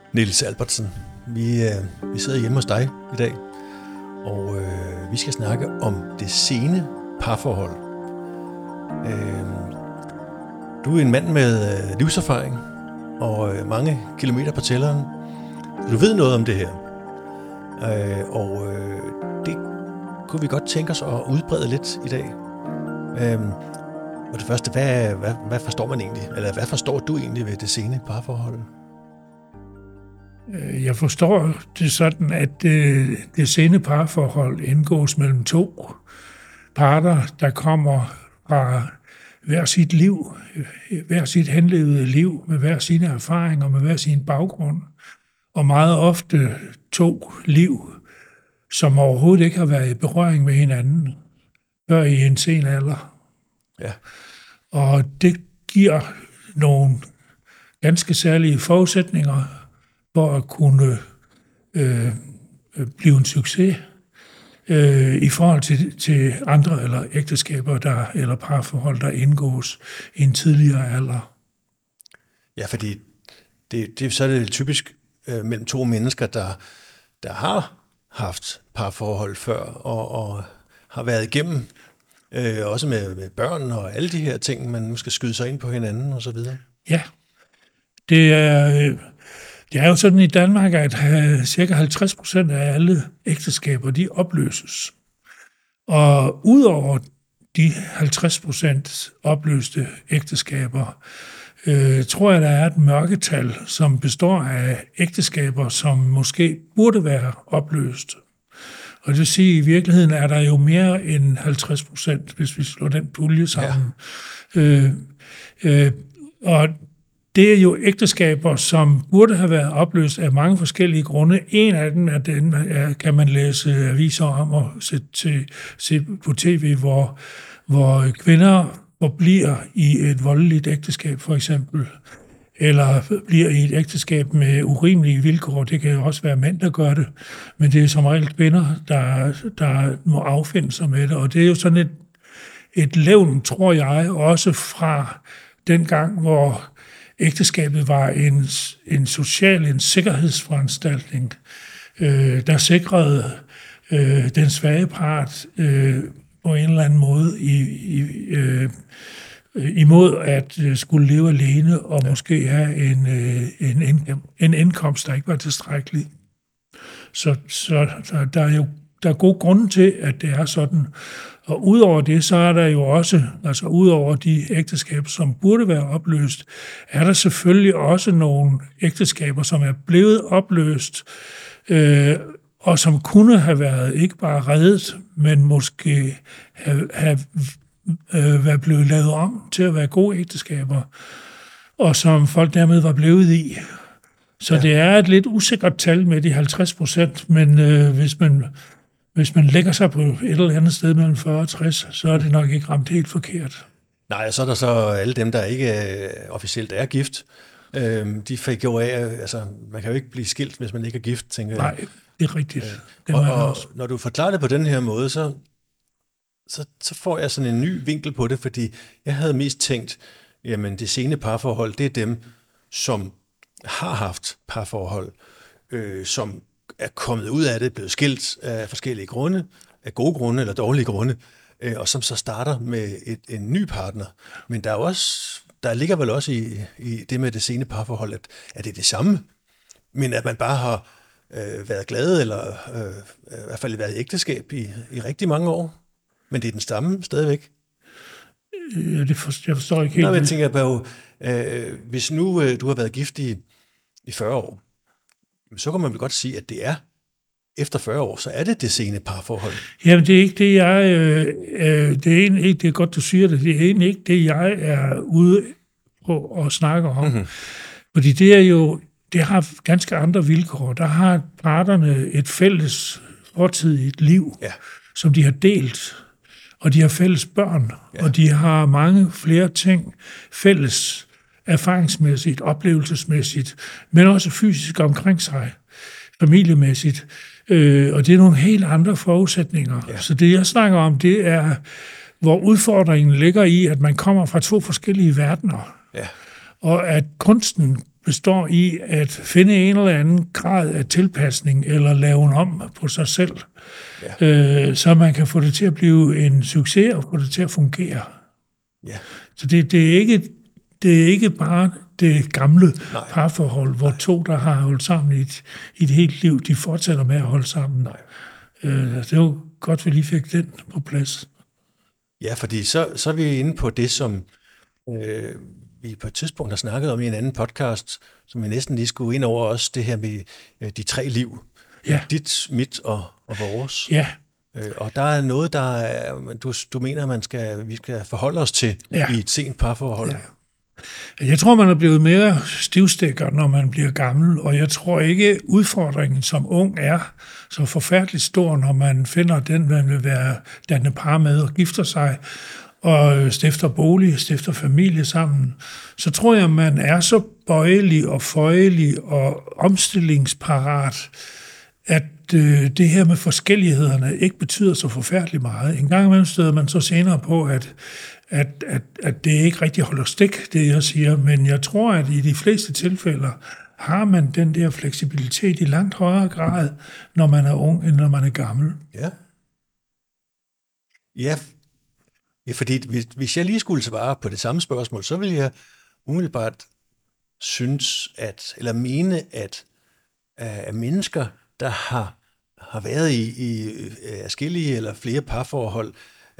Niels Albertsen. Vi sidder hjemme hos dig i dag, og vi skal snakke om det sene parforhold. Du er en mand med livserfaring og mange kilometer på tælleren. Du ved noget om det her, og det kunne vi godt tænke os at udbrede lidt i dag. Og det første, hvad forstår man egentlig, eller hvad forstår du egentlig ved det sene parforhold? Jeg forstår det sådan, at det sene parforhold indgås mellem to parter, der kommer fra hver sit liv, hver sit henlevede liv, med hver sine erfaringer, med hver sin baggrund, og meget ofte to liv, som overhovedet ikke har været i berøring med hinanden, før i en sen alder. Ja. Og det giver nogle ganske særlige forudsætninger for at kunne blive en succes i forhold til andre eller ægteskaber eller parforhold, der indgås i en tidligere alder. Ja, fordi så er det typisk mellem to mennesker, der har haft parforhold før og har været igennem, også med børn og alle de her ting, man nu skal skyde sig ind på hinanden og så videre. Ja, det er jo sådan i Danmark, at ca. 50% af alle ægteskaber, de opløses. Og udover de 50% opløste ægteskaber, tror jeg, der er et mørketal, som består af ægteskaber, som måske burde være opløst. Og det vil sige, at i virkeligheden er der jo mere end 50%, hvis vi slår den pulje sammen. Ja. Og det er jo ægteskaber, som burde have været opløst af mange forskellige grunde. En af dem er den, kan man læse aviser om og se på tv, hvor kvinder forbliver i et voldeligt ægteskab, for eksempel, eller bliver i et ægteskab med urimelige vilkår. Det kan jo også være mænd, der gør det, men det er som regel kvinder, der må affinde sig med det. Og det er jo sådan et levn, tror jeg, også fra den gang, hvor ægteskabet var en sikkerhedsforanstaltning, der sikrede den svage part på en eller anden måde imod at skulle leve alene og måske have en indkomst, der ikke var tilstrækkelig. Så der er gode grunde til, at det er sådan. Og udover det, så er der jo også, altså udover de ægteskaber, som burde være opløst, er der selvfølgelig også nogle ægteskaber, som er blevet opløst, og som kunne have været ikke bare reddet, men måske have været blevet lavet om til at være gode ægteskaber, og som folk dermed var blevet i. Så ja. Det er et lidt usikkert tal med de 50%, men hvis man lægger sig på et eller andet sted mellem 40 og 60, så er det nok ikke ramt helt forkert. Nej, så er der så alle dem, der ikke officielt er gift. De fik jo af, altså man kan jo ikke blive skilt, hvis man ikke er gift, tænker jeg. Nej, det er rigtigt. Og når du forklarer det på den her måde, så får jeg sådan en ny vinkel på det, fordi jeg havde mest tænkt, jamen det sene parforhold, det er dem, som har haft parforhold, som er kommet ud af det, blevet skilt af forskellige grunde, af gode grunde eller dårlige grunde, og som så starter med en ny partner. Men der ligger vel også i det med det sene parforhold, at det er det samme, men at man bare har været glad, eller i hvert fald været i ægteskab i rigtig mange år. Men det er den samme stadigvæk. Jeg forstår ikke helt. Nå, men jeg tænker på, hvis nu du har været gift i 40 år, så kan man vel godt sige, at det er efter 40 år, så er det sene parforhold. Jamen, det er ikke det, det er godt, du siger det, det er egentlig ikke det, jeg er ude på at snakke om. Mm-hmm. Fordi det har ganske andre vilkår. Der har parterne et fælles fortidigt liv, som de har delt, og de har fælles børn, og de har mange flere ting fælles erfaringsmæssigt, oplevelsesmæssigt, men også fysisk omkring sig, familiemæssigt. Og det er nogle helt andre forudsætninger. Ja. Så det, jeg snakker om, det er, hvor udfordringen ligger i, at man kommer fra to forskellige verdener. Ja. Og at kunsten består i at finde en eller anden grad af tilpasning, eller lave den om på sig selv, så man kan få det til at blive en succes, og få det til at fungere. Ja. Så det er ikke bare det gamle parforhold, hvor to, der har holdt sammen i et helt liv, de fortsætter med at holde sammen. Det er jo godt, vi lige fik den på plads. Ja, fordi så er vi inde på det, som vi på et tidspunkt har snakket om i en anden podcast, som vi næsten lige skulle ind over også, det her med de 3 liv. Ja. Dit, mit og vores. Ja. Og der er noget, du mener, vi skal forholde os til i et sent parforhold. Ja. Jeg tror, man er blevet mere stivstikker, når man bliver gammel, og jeg tror ikke, udfordringen som ung er så forfærdeligt stor, når man finder den, man vil være danne par med og gifter sig, og stifter bolig, stifter familie sammen. Så tror jeg, man er så bøjelig og føjelig og omstillingsparat, at det her med forskellighederne ikke betyder så forfærdeligt meget. En gang imellem støder man så senere på, at det ikke rigtig holder stik, det jeg siger, men jeg tror, at i de fleste tilfælde har man den der fleksibilitet i langt højere grad, når man er ung, end når man er gammel. Ja. Ja, fordi hvis jeg lige skulle svare på det samme spørgsmål, så ville jeg umiddelbart mene, at mennesker, der har været i adskillige eller flere parforhold,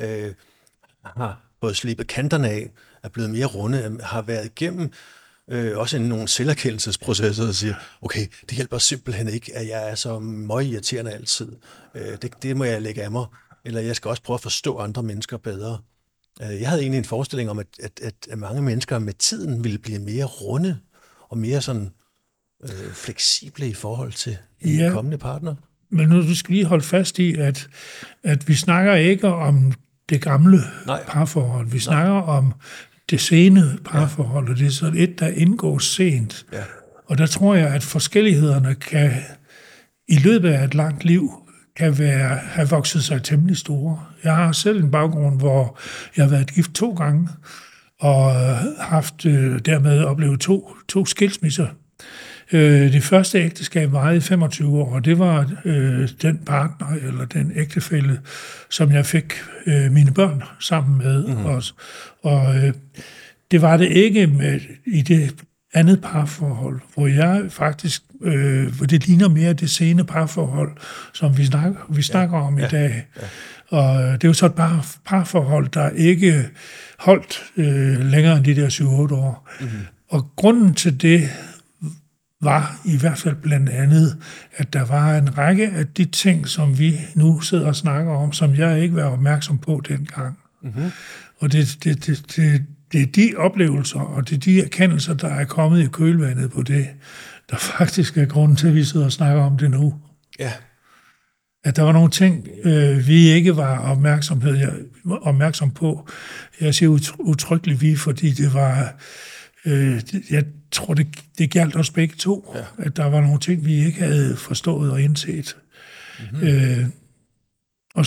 har både slebet kanterne af, er blevet mere runde, har været igennem også nogle selverkendelsesprocesser, og siger, okay, det hjælper simpelthen ikke, at jeg er så møgirriterende altid. Det må jeg lægge af mig, eller jeg skal også prøve at forstå andre mennesker bedre. Jeg havde egentlig en forestilling om, at mange mennesker med tiden ville blive mere runde, og mere sådan fleksible i forhold til en kommende partner. Men nu skal lige holde fast i, at vi snakker ikke om det gamle parforhold. Vi snakker om det sene parforhold, og det er sådan et, der indgår sent. Ja. Og der tror jeg, at forskellighederne kan i løbet af et langt liv kan have vokset sig temmelig store. Jeg har selv en baggrund, hvor jeg har været gift 2 gange, og haft dermed oplevet to skilsmisser. Det første ægteskab varede i 25 år, og det var den partner eller den ægtefælle, som jeg fik mine børn sammen med. Og det var det ikke i det andet parforhold, hvor jeg faktisk, hvor det ligner mere det sene parforhold, som vi snakker om i dag. Ja. Og det er jo så et parforhold, der ikke holdt længere end de der 7-8 år. Mm-hmm. Og grunden til det var i hvert fald blandt andet, at der var en række af de ting, som vi nu sidder og snakker om, som jeg ikke var opmærksom på dengang. Mm-hmm. Og det er de oplevelser, og det er de erkendelser, der er kommet i kølvandet på det, der faktisk er grunden til, at vi sidder og snakker om det nu. Ja. At der var nogle ting, vi ikke var opmærksom på. Jeg siger utryggeligt vi, fordi det var... jeg tror, det gjaldt os begge to, at der var nogle ting, vi ikke havde forstået og indset. Mm-hmm. Og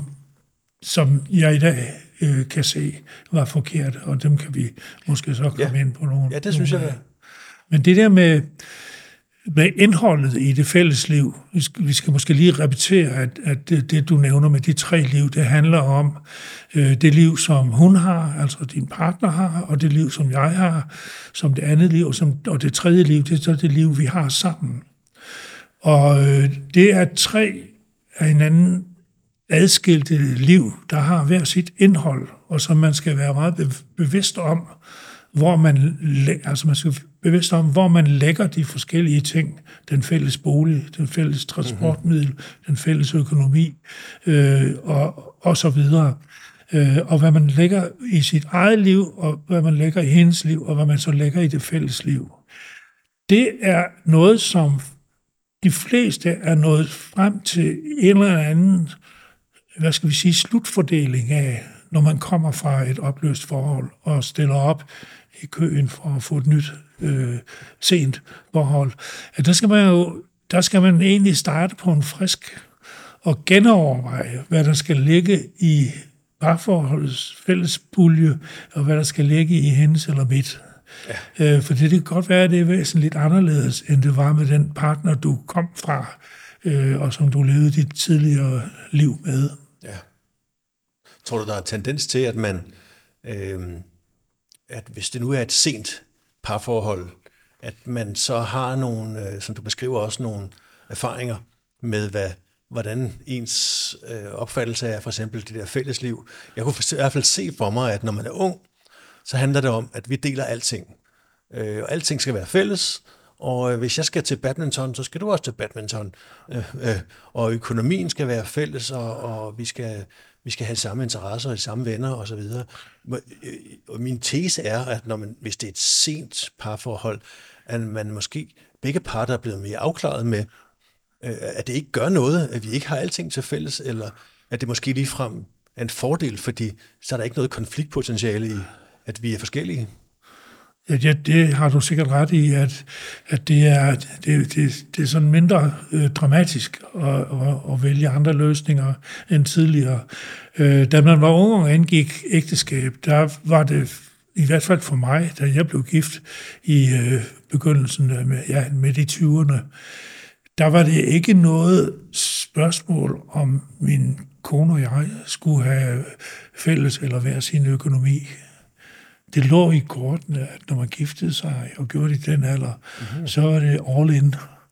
som jeg i dag kan se, var forkert, og dem kan vi måske så komme ind på nogle. Ja, det synes jeg. Men det der med indholdet i det fælles liv, vi skal måske lige repetere, at det du nævner med de 3 liv, det handler om det liv, som hun har, altså din partner har, og det liv, som jeg har, som det andet liv, og det 3. liv, det er så det liv, vi har sammen. Og det er 3 af hinanden adskilte liv, der har hver sit indhold, og som man skal være meget bevidst om, hvor man lægger de forskellige ting, den fælles bolig, den fælles transportmiddel, den fælles økonomi, og så videre. Og hvad man lægger i sit eget liv, og hvad man lægger i hendes liv, og hvad man så lægger i det fælles liv. Det er noget, som de fleste er nået frem til en eller anden, slutfordeling af, når man kommer fra et opløst forhold og stiller op i køen for at få et nyt sent forhold. At der skal man egentlig starte på en frisk og genoverveje, hvad der skal ligge i parforholdets fælles pulje, og hvad der skal ligge i hendes eller mit. Ja. Fordi det kan godt være, at det er væsentligt anderledes, end det var med den partner, du kom fra, og som du levede dit tidligere liv med. Ja. Tror du, der er tendens til, at man, at hvis det nu er et sent parforhold, at man så har nogle, som du beskriver også, nogle erfaringer med, hvordan ens opfattelse er for eksempel det der fællesliv. Jeg kunne i hvert fald se for mig, at når man er ung, så handler det om, at vi deler alting. Og alting skal være fælles, og hvis jeg skal til badminton, så skal du også til badminton. Og økonomien skal være fælles, og vi skal have samme interesser og samme venner osv. Og min tese er, at hvis det er et sent parforhold, at man måske begge parter er blevet mere afklaret med, at det ikke gør noget, at vi ikke har alting til fælles, eller at det måske ligefrem er en fordel, fordi så er der ikke noget konfliktpotentiale i, at vi er forskellige. Ja, det har du sikkert ret i, at det er sådan mindre dramatisk at vælge andre løsninger end tidligere. Da man var ung og indgik ægteskab, der var det i hvert fald for mig, da jeg blev gift i begyndelsen midt i 20'erne, der var det ikke noget spørgsmål, om min kone og jeg skulle have fælles eller hver sin økonomi. Det lå i kortene, at når man giftede sig og gjorde det i den alder, så var det all in.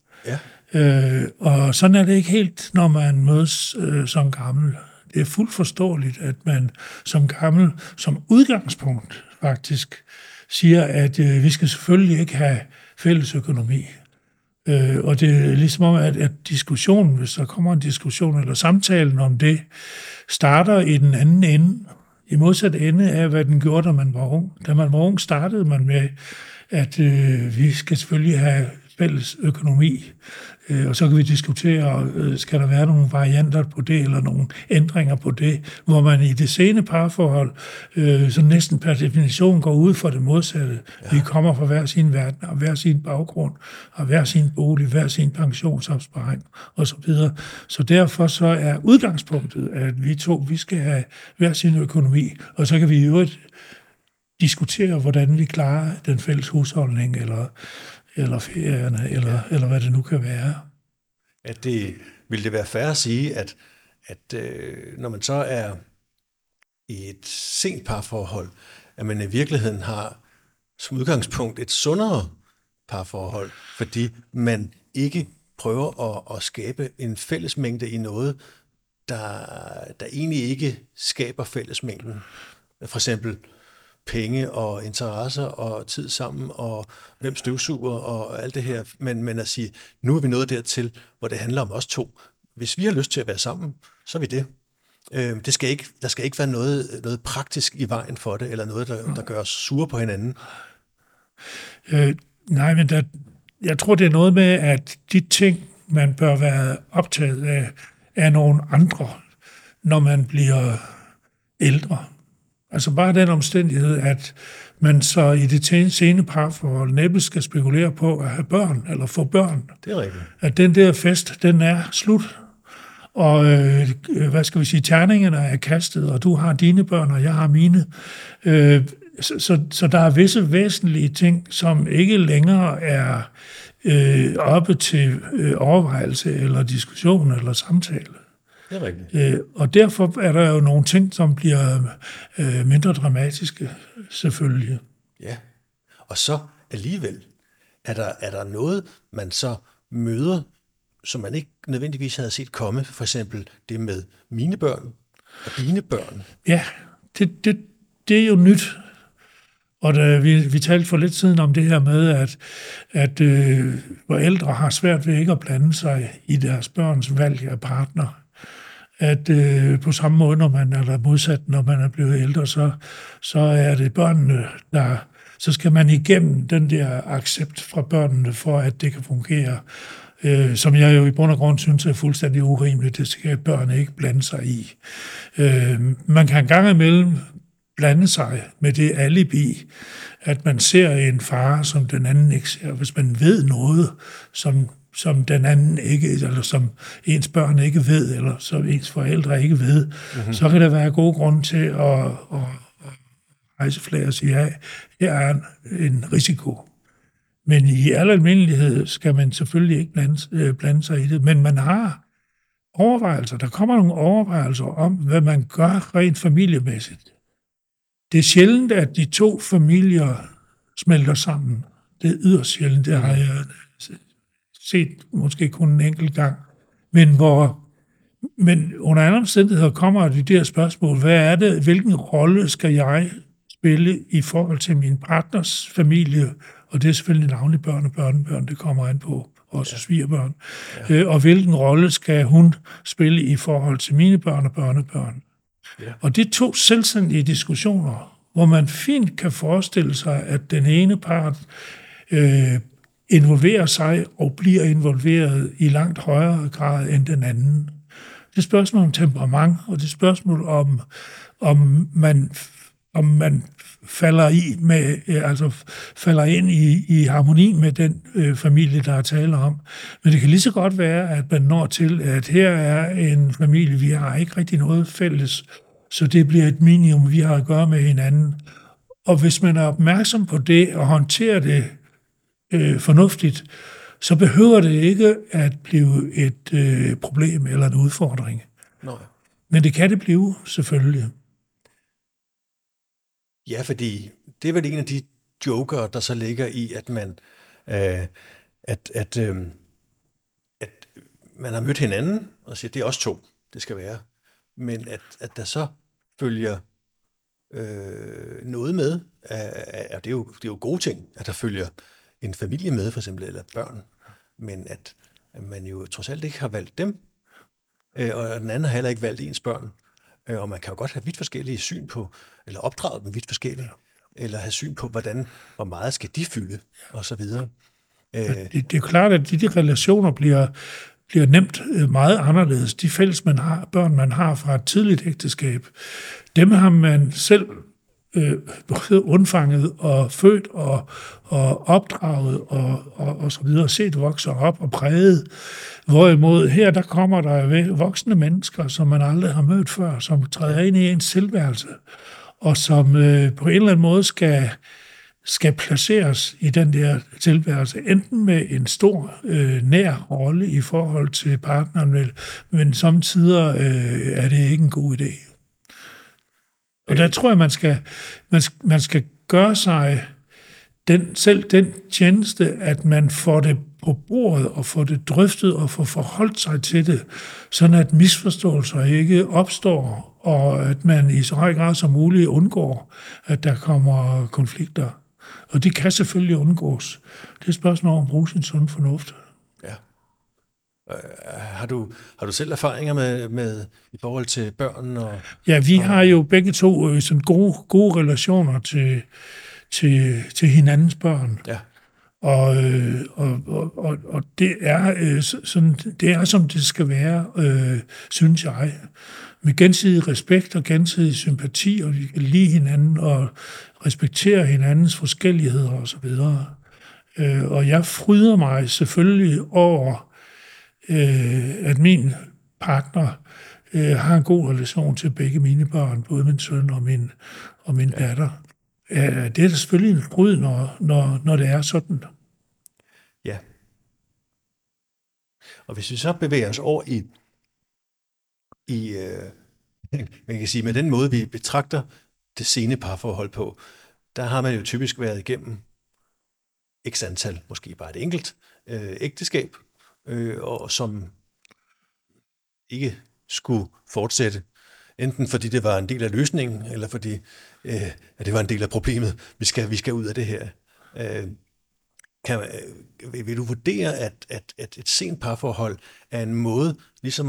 Ja. Og sådan er det ikke helt, når man mødes som gammel. Det er fuldt forståeligt, at man som gammel, som udgangspunkt faktisk, siger, at vi skal selvfølgelig ikke have fælles økonomi. Og det er ligesom om, at diskussionen, hvis der kommer en diskussion eller samtalen om det, starter i den anden ende, i modsat ende af, hvad den gjorde, da man var ung. Da man var ung, startede man med, at vi skal selvfølgelig have fælles økonomi, og så kan vi diskutere, skal der være nogle varianter på det, eller nogle ændringer på det, hvor man i det sene parforhold, så næsten per definition går ud for det modsatte. Ja. Vi kommer fra hver sin verden, og hver sin baggrund, og hver sin bolig, hver sin pensionsopsparing, osv. Så derfor så er udgangspunktet, at vi skal have hver sin økonomi, og så kan vi i øvrigt diskutere, hvordan vi klarer den fælles husholdning, eller ferierne, eller hvad det nu kan være. Vil det være fair at sige, at når man så er i et sent parforhold, at man i virkeligheden har som udgangspunkt et sundere parforhold, fordi man ikke prøver at skabe en fællesmængde i noget, der egentlig ikke skaber fællesmængden. For eksempel penge og interesser og tid sammen, og hvem støvsuger og alt det her. Men at sige, nu er vi nået dertil, hvor det handler om os to. Hvis vi har lyst til at være sammen, så er vi det. Der skal ikke være noget praktisk i vejen for det, eller noget, der gør os sure på hinanden. Nej, men jeg tror, det er noget med, at de ting, man bør være optaget af, er nogle andre, når man bliver ældre. Altså bare den omstændighed, at man så i det sene parforhold næppe skal spekulere på at have børn, eller få børn. Det er rigtigt. At den der fest, den er slut. Og hvad skal vi sige, terningerne er kastet, og du har dine børn, og jeg har mine. Så der er visse væsentlige ting, som ikke længere er oppe til overvejelse, eller diskussion, eller samtale. Det er rigtigt. Og derfor er der jo nogle ting, som bliver mindre dramatiske, selvfølgelig. Ja, og så alligevel er der noget, man så møder, som man ikke nødvendigvis havde set komme, for eksempel det med mine børn og dine børn. Ja, det er jo nyt. Og vi talte for lidt siden om det her med, at forældre har svært ved ikke at blande sig i deres børns valg af partner. At på samme måde, når man er modsat, når man er blevet ældre, så er det børnene, så skal man igennem den der accept fra børnene, for at det kan fungere. Som jeg jo i bund og grund synes er fuldstændig urimeligt. Det skal børnene ikke blande sig i. Man kan en gang imellem blande sig med det alibi, at man ser en far, som den anden ikke ser. Hvis man ved noget, som den anden ikke, eller som ens børn ikke ved, eller som ens forældre ikke ved, så kan der være gode grunde til at rejseflag og sige, ja, her er en risiko. Men i al almindelighed skal man selvfølgelig ikke blande sig i det, men man har overvejelser. Der kommer nogle overvejelser om, hvad man gør rent familiemæssigt. Det er sjældent, at de to familier smelter sammen. Det er yderst sjældent. Det har jeg set måske kun en enkelt gang. Men under andre omstændigheder kommer det der spørgsmål, hvad er det, hvilken rolle skal jeg spille i forhold til min partners familie, og det er selvfølgelig navnlig børn og børnebørn, det kommer an på, også svigerbørn. Ja. Og hvilken rolle skal hun spille i forhold til mine børn og børnebørn. Ja. Og det er to selvstændige diskussioner, hvor man fint kan forestille sig, at den ene part involverer sig og bliver involveret i langt højere grad end den anden. Det er spørgsmål om temperament, og det er spørgsmål om man falder ind i harmoni med den familie, der er tale om. Men det kan lige så godt være, at man når til, at her er en familie, vi har ikke rigtig noget fælles, så det bliver et minimum, vi har at gøre med hinanden. Og hvis man er opmærksom på det og håndterer det fornuftigt, så behøver det ikke at blive et problem eller en udfordring. Nej. Men det kan det blive, selvfølgelig. Ja, fordi det er vel en af de joker, der så ligger i, at man at man har mødt hinanden og siger, det er os to, det skal være. Men at der så følger noget med, og det er jo gode ting, at der følger en familie med, for eksempel, eller børn, men at man jo trods alt ikke har valgt dem, og den anden har heller ikke valgt ens børn. Og man kan jo godt have vidt forskellige syn på, eller opdraget dem vidt forskellige, eller have syn på, hvor meget skal de fylde, og så videre. Det er klart, at de relationer bliver nemt meget anderledes. De fælles børn, man har fra et tidligt ægteskab, dem har man selv både undfanget og født og opdraget og så videre, set vokse op og præget. Hvorimod her, der kommer der voksne mennesker, som man aldrig har mødt før, som træder ind i ens tilværelse, og som på en eller anden måde skal placeres i den der tilværelse, enten med en stor, nær rolle i forhold til partneren, men samtidig er det ikke en god idé. Og der tror jeg, man skal gøre sig selv den tjeneste, at man får det på bordet og får det drøftet og får forholdt sig til det, sådan at misforståelser ikke opstår, og at man i så høj grad som muligt undgår, at der kommer konflikter. Og det kan selvfølgelig undgås. Det er et spørgsmål om at bruge sin sund fornuft. Ja. Har du selv erfaringer med i forhold til børn? Ja, vi har jo begge to sådan gode relationer til hinandens børn. Ja. Og det er sådan, det er som det skal være, synes jeg. Med gensidig respekt og gensidig sympati, og vi kan lide hinanden og respektere hinandens forskelligheder og så videre. Og jeg fryder mig selvfølgelig over, at min partner har en god relation til begge mine børn, både min søn og min datter. Det er da selvfølgelig en fryd, når det er sådan. Ja. Og hvis vi så bevæger os over i man kan sige, med den måde, vi betragter det sene parforhold på, der har man jo typisk været igennem x antal, måske bare et enkelt ægteskab, og som ikke skulle fortsætte, enten fordi det var en del af løsningen, eller fordi at det var en del af problemet. Vi skal ud af det her. Vil du vurdere, at et sent parforhold er en måde ligesom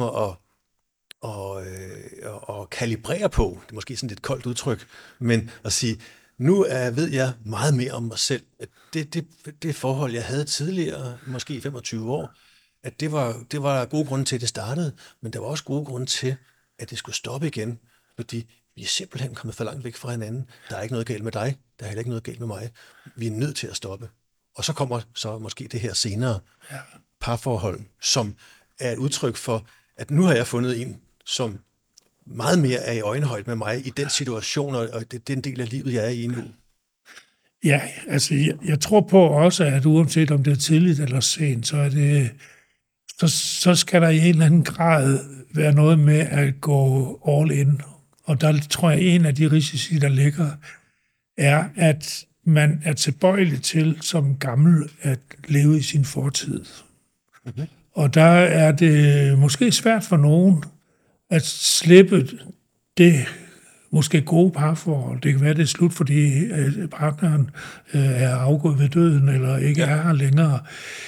at kalibrere på, det er måske sådan et koldt udtryk, men at sige, nu ved jeg meget mere om mig selv. Det forhold, jeg havde tidligere, måske 25 år, at det var gode grunde til, at det startede, men der var også gode grunde til, at det skulle stoppe igen, fordi vi er simpelthen kommet for langt væk fra hinanden. Der er ikke noget galt med dig, der er heller ikke noget galt med mig. Vi er nødt til at stoppe. Og så kommer så måske det her senere parforhold, som er et udtryk for, at nu har jeg fundet en, som meget mere er i øjenhøjde med mig i den situation, og det er den del af livet, jeg er i nu. Ja, altså jeg tror på også, at uanset om det er tidligt eller sent, så er det så skal der i en eller anden grad være noget med at gå all in. Og der tror jeg, en af de risici, der ligger, er, at man er tilbøjelig til som gammel at leve i sin fortid. Okay. Og der er det måske svært for nogen at slippe det måske gode parforhold. Det kan være, det er slut, fordi partneren er afgået ved døden, eller ikke er her længere.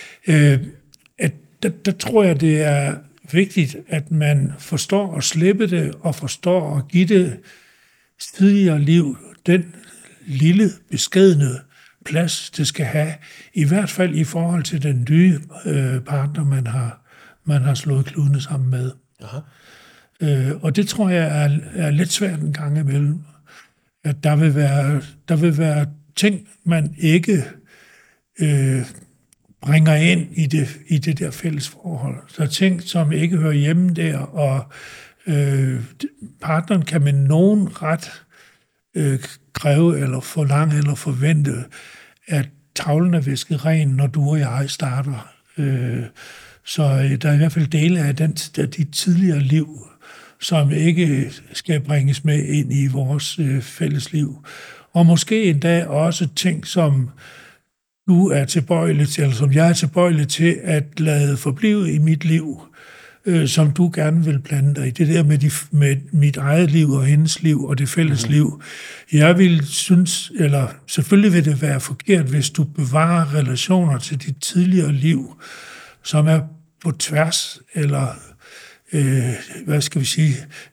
Der tror jeg, det er vigtigt, at man forstår at slippe det, og forstår at give det tidligere liv den lille, beskedne plads, det skal have, i hvert fald i forhold til den nye partner, man har slået kludene sammen med. Aha. Og det tror jeg er lidt svært en gang imellem, at der vil være ting, man ikke bringer ind i det der fælles forhold. Så ting, som ikke hører hjemme der, og partneren kan med nogen ret kræve, eller forlange, eller forvente, at tavlen er visket ren, når du og jeg starter. Så der er i hvert fald dele af de tidligere liv, som ikke skal bringes med ind i vores fælles liv. Og måske endda også ting, som du er tilbøjelig til, eller som jeg er tilbøjelig til at lade forblive i mit liv, som du gerne vil blande dig i. Det der med mit eget liv og hendes liv og det fælles liv. Jeg vil synes, eller selvfølgelig vil det være forkert, hvis du bevarer relationer til dit tidligere liv, som er på tværs, eller hvad skal vi sige,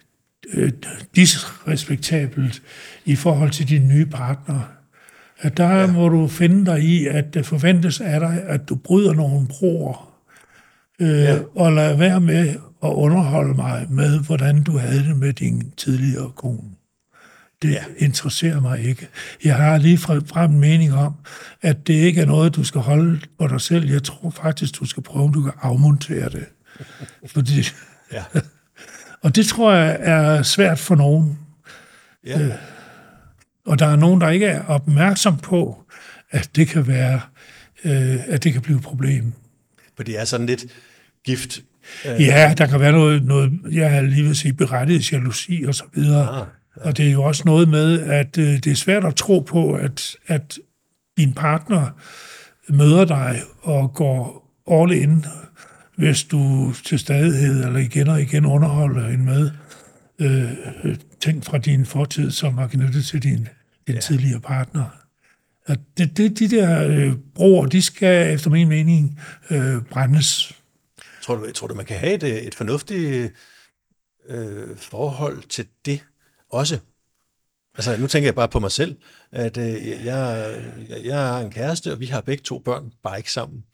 disrespektabelt i forhold til din nye partner. At der må du finde dig i, at det forventes af dig, at du bryder nogle broer, og lade være med at underholde mig med, hvordan du havde det med din tidligere kone. Det interesserer mig ikke. Jeg har lige frem en mening om, at det ikke er noget, du skal holde på dig selv. Jeg tror faktisk, du skal prøve, om du kan afmontere det. Fordi, og det tror jeg er svært for nogen. Ja. Og der er nogen, der ikke er opmærksom på, at det kan være, at det kan blive et problem. For det er sådan lidt gift. Ja, der kan være noget jeg lige vil sige, berettiget jalousi og så videre. Og det er jo også noget med, at det er svært at tro på, at din partner møder dig og går all in, hvis du til stadighed eller igen og igen underholder hende med ting fra din fortid, som er knyttet til din tidligere partner. At de der broer, de skal efter min mening brændes. Tror du, man kan have et fornuftigt forhold til det også? Altså, nu tænker jeg bare på mig selv, at jeg har en kæreste, og vi har begge 2 børn, bare ikke sammen.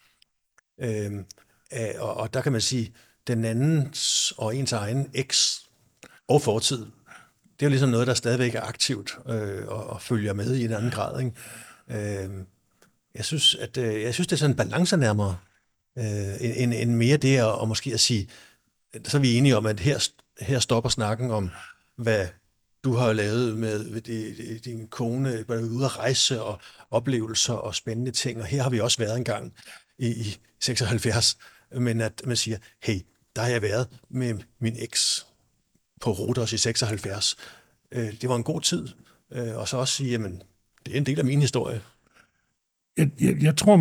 Og der kan man sige, den andens og ens egen eks og fortid, det er jo ligesom noget, der stadigvæk er aktivt og følger med i en anden grad. Ikke? Jeg synes, det er sådan en balance nærmere, end mere det, og måske at sige, så er vi enige om, at her stopper snakken om, hvad du har lavet med din kone, ude at rejse og oplevelser og spændende ting, og her har vi også været engang i 76, men at man siger, hey, der har jeg været med min eks på Rhodos i 76. Det var en god tid, og så også sige, jamen, det er en del af min historie. Jeg tror,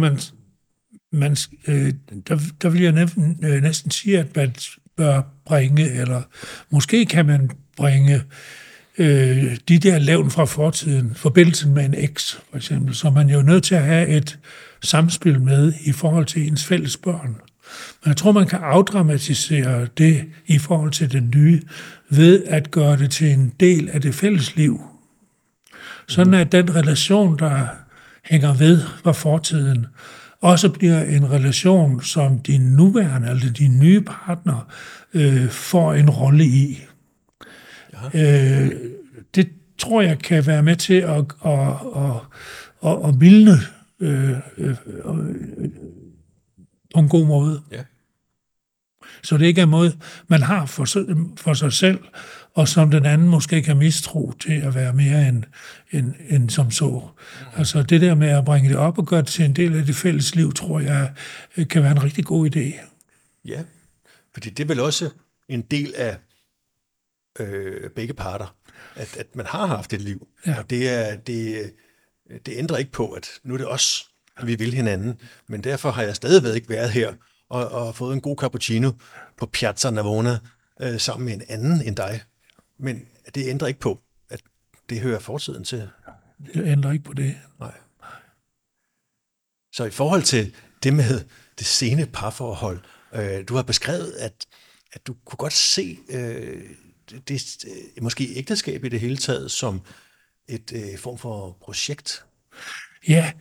der vil jeg næsten sige, at man bør bringe, eller måske kan man bringe de der levn fra fortiden, forbindelsen med en eks, for eksempel, så man jo nødt til at have et samspil med i forhold til ens fælles børn. Men jeg tror, man kan afdramatisere det i forhold til det nye, ved at gøre det til en del af det fælles liv. Sådan at den relation, der hænger ved fra fortiden, også bliver en relation, som din nuværende, eller din nye partner, får en rolle i. Det tror jeg kan være med til at mildne på en god måde. Ja. Så det ikke er en måde, man har for sig selv og som den anden måske kan mistro til at være mere end som så. Altså det der med at bringe det op og gøre det til en del af det fælles liv, tror jeg, kan være en rigtig god idé. Ja, fordi det er vel også en del af begge parter, at man har haft et liv, og det ændrer ikke på, at nu er det os, vi vil hinanden, men derfor har jeg stadigvæk været her og fået en god cappuccino på Piazza Navona sammen med en anden end dig. Men det ændrer ikke på, at det hører fortiden til. Det ændrer ikke på det. Nej. Så i forhold til det med det sene parforhold, du har beskrevet, at du kunne godt se det måske ægteskab i det hele taget som et form for projekt. Ja,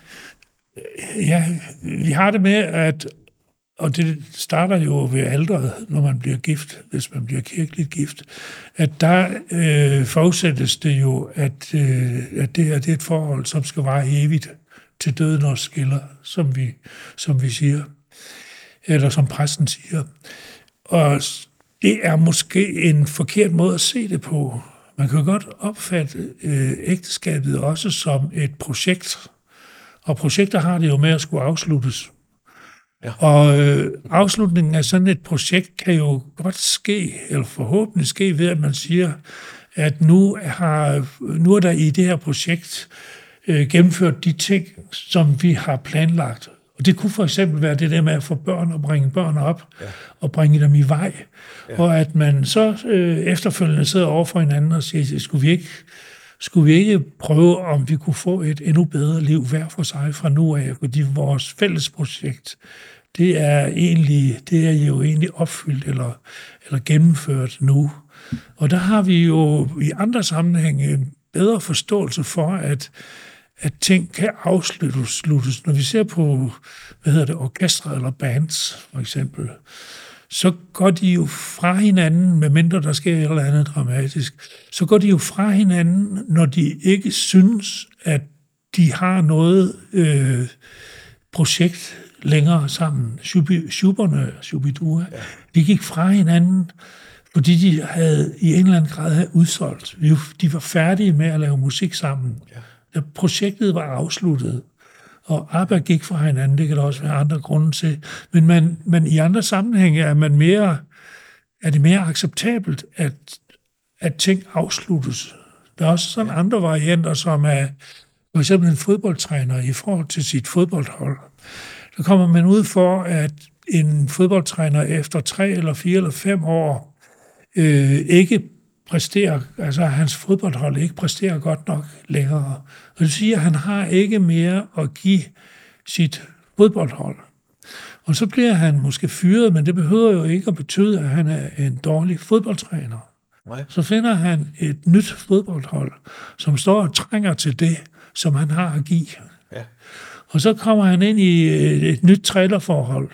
vi har det med, at, og det starter jo ved alderet, når man bliver gift, hvis man bliver kirkeligt gift, at der forudsættes det jo, at det her det er et forhold, som skal vare evigt til døden os skiller, som vi siger, eller som præsten siger. Og det er måske en forkert måde at se det på. Man kan godt opfatte ægteskabet også som et projekt, og projekter har det jo med at skulle afsluttes. Ja. Og afslutningen af sådan et projekt kan jo godt ske, eller forhåbentlig ske ved, at man siger, at nu er der i det her projekt gennemført de ting, som vi har planlagt. Og det kunne for eksempel være det der med at få børn og bringe børn op, og bringe dem i vej. Ja. Og at man så efterfølgende sidder over for hinanden og siger, skulle vi ikke prøve, om vi kunne få et endnu bedre liv hver for sig fra nu af, fordi vores fælles projekt, det er jo egentlig opfyldt eller gennemført nu. Og der har vi jo i andre sammenhænge en bedre forståelse for, at ting kan afsluttes. Når vi ser på, orkestre eller bands, for eksempel, så går de jo fra hinanden, medmindre der sker et eller andet dramatisk, så går de jo fra hinanden, når de ikke synes, at de har noget projekt længere sammen. Shubidua, de gik fra hinanden, fordi de havde i en eller anden grad havde udsolgt. De var færdige med at lave musik sammen. Ja. Projektet var afsluttet, og ABBA gik fra hinanden, det kan der også være andre grunde til. Men i andre sammenhænge er det mere acceptabelt, at ting afsluttes. Der er også sådan andre varianter, som er for eksempel en fodboldtræner i forhold til sit fodboldhold. Der kommer man ud for, at en fodboldtræner efter 3 eller 4 eller 5 år ikke præsterer, altså hans fodboldhold ikke præsterer godt nok længere. Og det siger, at han har ikke mere at give sit fodboldhold. Og så bliver han måske fyret, men det behøver jo ikke at betyde, at han er en dårlig fodboldtræner. Nej. Så finder han et nyt fodboldhold, som står og trænger til det, som han har at give. Ja. Og så kommer han ind i et nyt trælerforhold,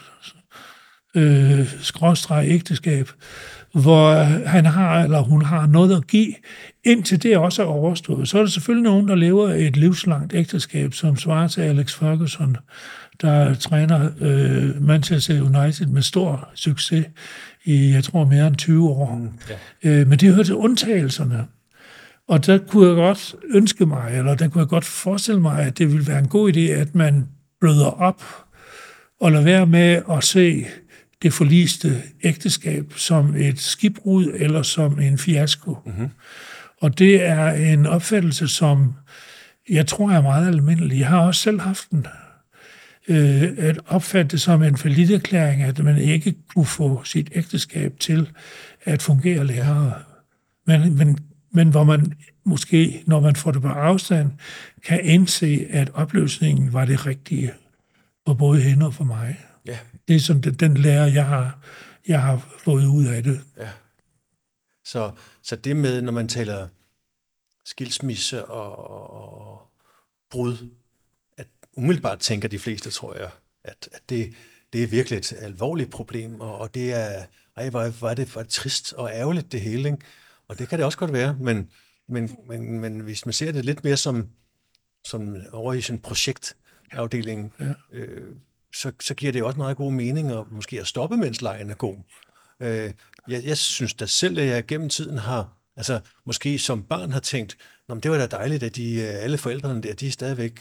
/ægteskab, hvor han har eller hun har noget at give, indtil det også er overstået. Så er der selvfølgelig nogen, der lever et livslangt ægteskab, som svarer til Alex Ferguson, der træner Manchester United med stor succes i, jeg tror, mere end 20 år. Men det hører til undtagelserne. Og der kunne jeg godt ønske mig, eller der kunne jeg godt forestille mig, at det ville være en god idé, at man bløder op og lader være med at se det forliste ægteskab som et skibbrud eller som en fiasko. Mm-hmm. Og det er en opfattelse, som jeg tror er meget almindelig. Jeg har også selv haft den. At opfatte det som en falliterklæring, at man ikke kunne få sit ægteskab til at fungere længere. Men hvor man måske, når man får det på afstand, kan indse, at opløsningen var det rigtige for både hende og for mig. Ja. Det er sådan den lære, jeg har fået ud af det. Ja. Så det med, når man taler skilsmisse og brud, at umiddelbart tænker de fleste, tror jeg, at det er virkelig et alvorligt problem, og det er, hvor er det trist og ærgerligt det hele, ikke? Og det kan det også godt være, men hvis man ser det lidt mere som over i sådan en projektafdeling, så giver det også meget god mening at måske at stoppe, mens lejen er god. Jeg synes da selv, at jeg gennem tiden har Altså, måske som barn har tænkt, nå, men det var da dejligt, at alle forældrene der, de er stadigvæk,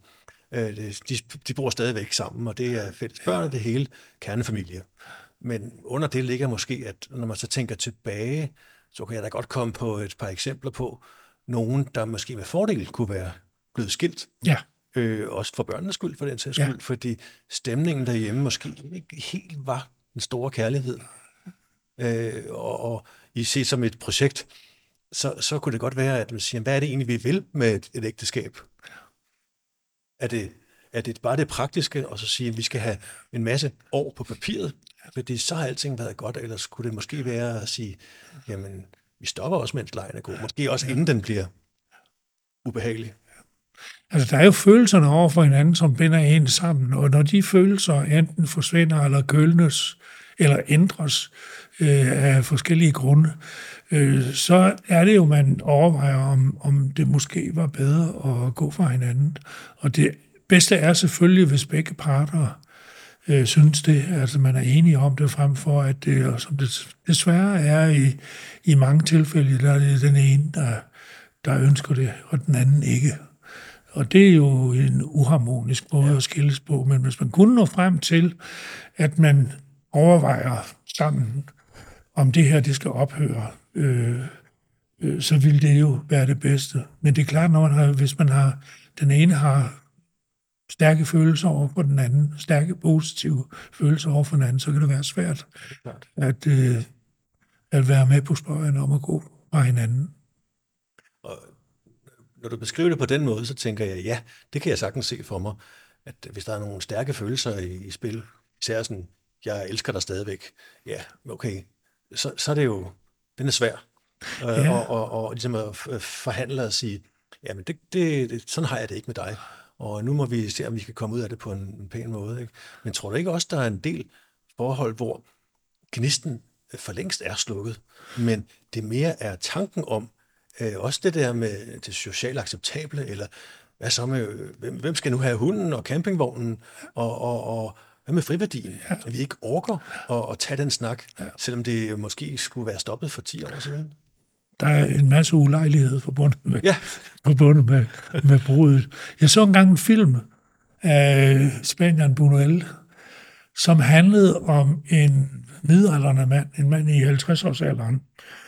de bor stadigvæk sammen, og det er fælles børn og det hele, kernefamilie. Men under det ligger måske, at når man så tænker tilbage, så kan jeg da godt komme på et par eksempler på nogen, der måske med fordel kunne være blevet skilt. Ja. Også for børnenes skyld, for den sags skyld, fordi stemningen derhjemme måske ikke helt var den store kærlighed. Og I ser som et projekt, så kunne det godt være, at man siger, hvad er det egentlig, vi vil med et ægteskab? Er det bare det praktiske, og så sige, at vi skal have en masse år på papiret, fordi så har alting været godt, eller skulle det måske være at sige, jamen, vi stopper også, mens lejen er god. Måske også inden den bliver ubehagelig. Altså, der er jo følelserne over for hinanden, som binder en sammen, og når de følelser enten forsvinder, eller kølnes, eller ændres af forskellige grunde, så er det jo, man overvejer, om det måske var bedre at gå fra hinanden. Og det bedste er selvfølgelig, hvis begge parter synes det, altså man er enige om det, frem for at det, som det desværre er i mange tilfælde, der er det den ene, der ønsker det, og den anden ikke. Og det er jo en uharmonisk måde at skilles på, men hvis man kunne nå frem til, at man overvejer sammen, om det her det skal ophøre, så vil det jo være det bedste. Men det er klart, hvis den ene har stærke følelser over for den anden, stærke positive følelser over for den anden, så kan det være svært at være med på spøjen om at gå fra hinanden. Og når du beskriver det på den måde, så tænker jeg, ja, det kan jeg sagtens se for mig, at hvis der er nogle stærke følelser i spil, især sådan, jeg elsker dig stadigvæk, ja, okay, så er det jo, den er svær. Ja. Og ligesom at forhandle og sige, jamen sådan har jeg det ikke med dig. Og nu må vi se, om vi kan komme ud af det på en pæn måde. Ikke? Men tror du ikke også, der er en del forhold, hvor gnisten for længst er slukket, men det mere er tanken om, også det der med det socialt acceptable, eller hvad så med, hvem skal nu have hunden og campingvognen, og hvad med friværdien? Ja. At vi ikke orker at tage den snak, selvom det måske skulle være stoppet for 10 år siden. Der er en masse ulejlighed forbundet med bruddet. Jeg så engang en film af Spanieren Buñuel, som handlede om en midaldrende mand, en mand i 50-årsalderen,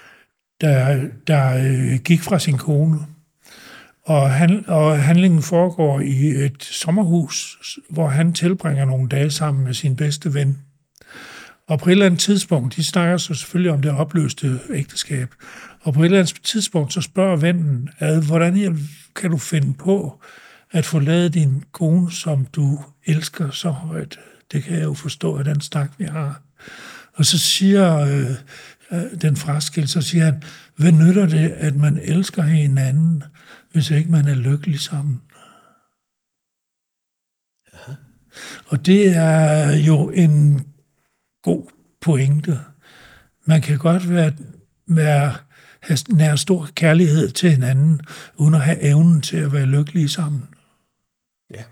der gik fra sin kone. Og handlingen foregår i et sommerhus, hvor han tilbringer nogle dage sammen med sin bedste ven. Og på et eller andet tidspunkt, de snakker så selvfølgelig om det opløste ægteskab, og på et eller andet tidspunkt, så spørger vennen, hvordan kan du finde på at forlade din kone, som du elsker så højt? Det kan jeg jo forstå af den snak, vi har. Og så siger den fraskilt, så siger han, hvad nytter det, at man elsker hinanden, hvis ikke man er lykkelig sammen? Ja. Og det er jo en god pointe. Man kan godt have nær stor kærlighed til hinanden, uden at have evnen til at være lykkelige sammen. Ja.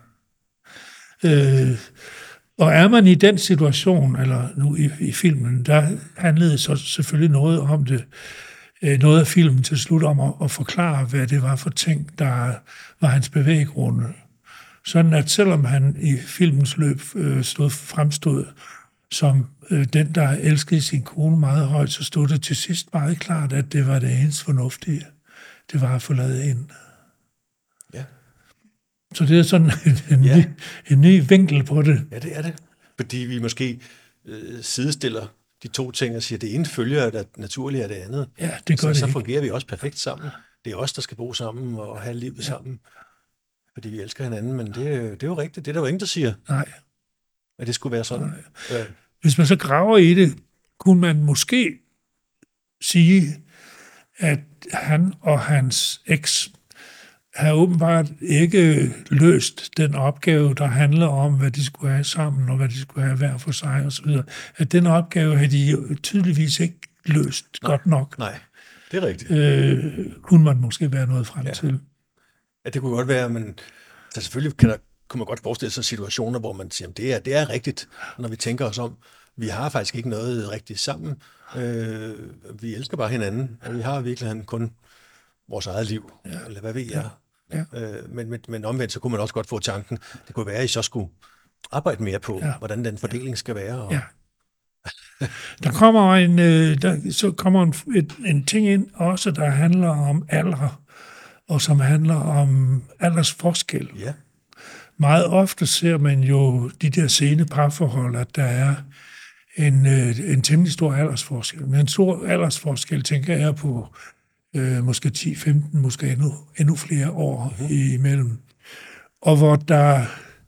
Og er man i den situation, eller nu i filmen, der handlede så selvfølgelig noget om det, noget af filmen til slut om at forklare, hvad det var for ting, der var hans bevæggrunde. Sådan at selvom han i filmens løb fremstod som den, der elskede sin kone meget højt, så stod det til sidst meget klart, at det var det eneste fornuftige. Det var at forlade hende. Ja. Så det er sådan en ny vinkel på det. Ja, det er det. Fordi vi måske sidestiller de to ting og siger, at det ene følger at naturligt af det andet. Ja, det gør det så ikke. fungerer vi også perfekt sammen. Det er os, der skal bo sammen og have livet sammen. Fordi vi elsker hinanden, men det er jo rigtigt. Det er der jo ingen, der siger. Nej. At det skulle være sådan. Ja. Hvis man så graver i det, kunne man måske sige, at han og hans eks har åbenbart ikke løst den opgave, der handler om, hvad de skulle have sammen, og hvad de skulle have hver for sig osv. At den opgave har de tydeligvis ikke løst godt nok. Nej, det er rigtigt. Kunne man måske være noget frem til. Ja, det kunne godt være, men selvfølgelig kunne man godt forestille sig situationer, hvor man siger, at det er rigtigt, når vi tænker os om. vi har faktisk ikke noget rigtigt sammen. Vi elsker bare hinanden, og vi har virkelig kun vores eget liv, eller hvad ved jeg. Ja. Men omvendt, så kunne man også godt få tanken, det kunne være, at I så skulle arbejde mere på, hvordan den fordeling skal være. Og... Ja. Der kommer en ting ind også, der handler om alder, og som handler om aldersforskel. Ja. Meget ofte ser man jo de der sene parforhold, at der er en temmelig stor aldersforskel. Men en stor aldersforskel, tænker jeg på måske 10-15, måske endnu flere år imellem. Og hvor der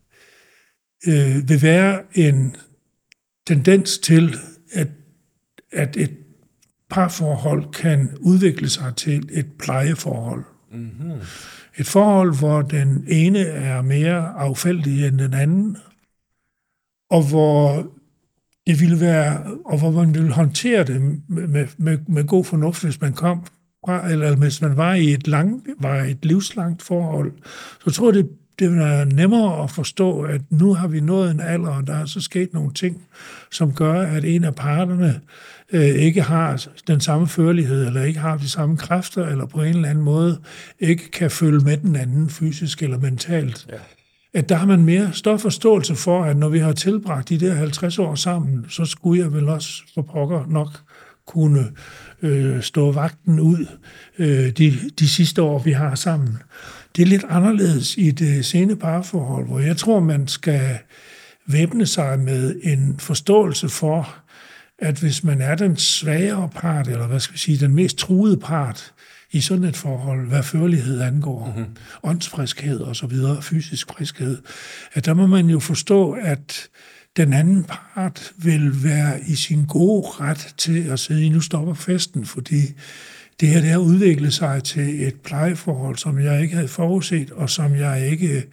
vil være en tendens til, at et parforhold kan udvikle sig til et plejeforhold. Mm-hmm. Et forhold, hvor den ene er mere affældig end den anden, og hvor det ville være, og hvor man ville håndtere det med god fornuft, hvis man kom fra, eller hvis man var i et livslangt forhold, så tror jeg, det er nemmere at forstå, at nu har vi nået en alder, og der er så sket nogle ting, som gør, at en af parterne ikke har den samme førlighed, eller ikke har de samme kræfter, eller på en eller anden måde ikke kan følge med den anden fysisk eller mentalt. Ja. At der har man mere større forståelse for, at når vi har tilbragt de der 50 år sammen, så skulle jeg vel også for pokker nok kunne stå vagten ud de sidste år, vi har sammen. Det er lidt anderledes i det sene parforhold, hvor jeg tror, man skal væbne sig med en forståelse for, at hvis man er den svagere part, eller hvad skal vi sige, den mest truede part i sådan et forhold, hvad førlighed angår, åndsfriskhed og så videre, fysisk friskhed, at der må man jo forstå, at den anden part vil være i sin gode ret til at sige, nu stopper festen, fordi det her, det har udviklet sig til et plejeforhold, som jeg ikke havde forudset, og som jeg ikke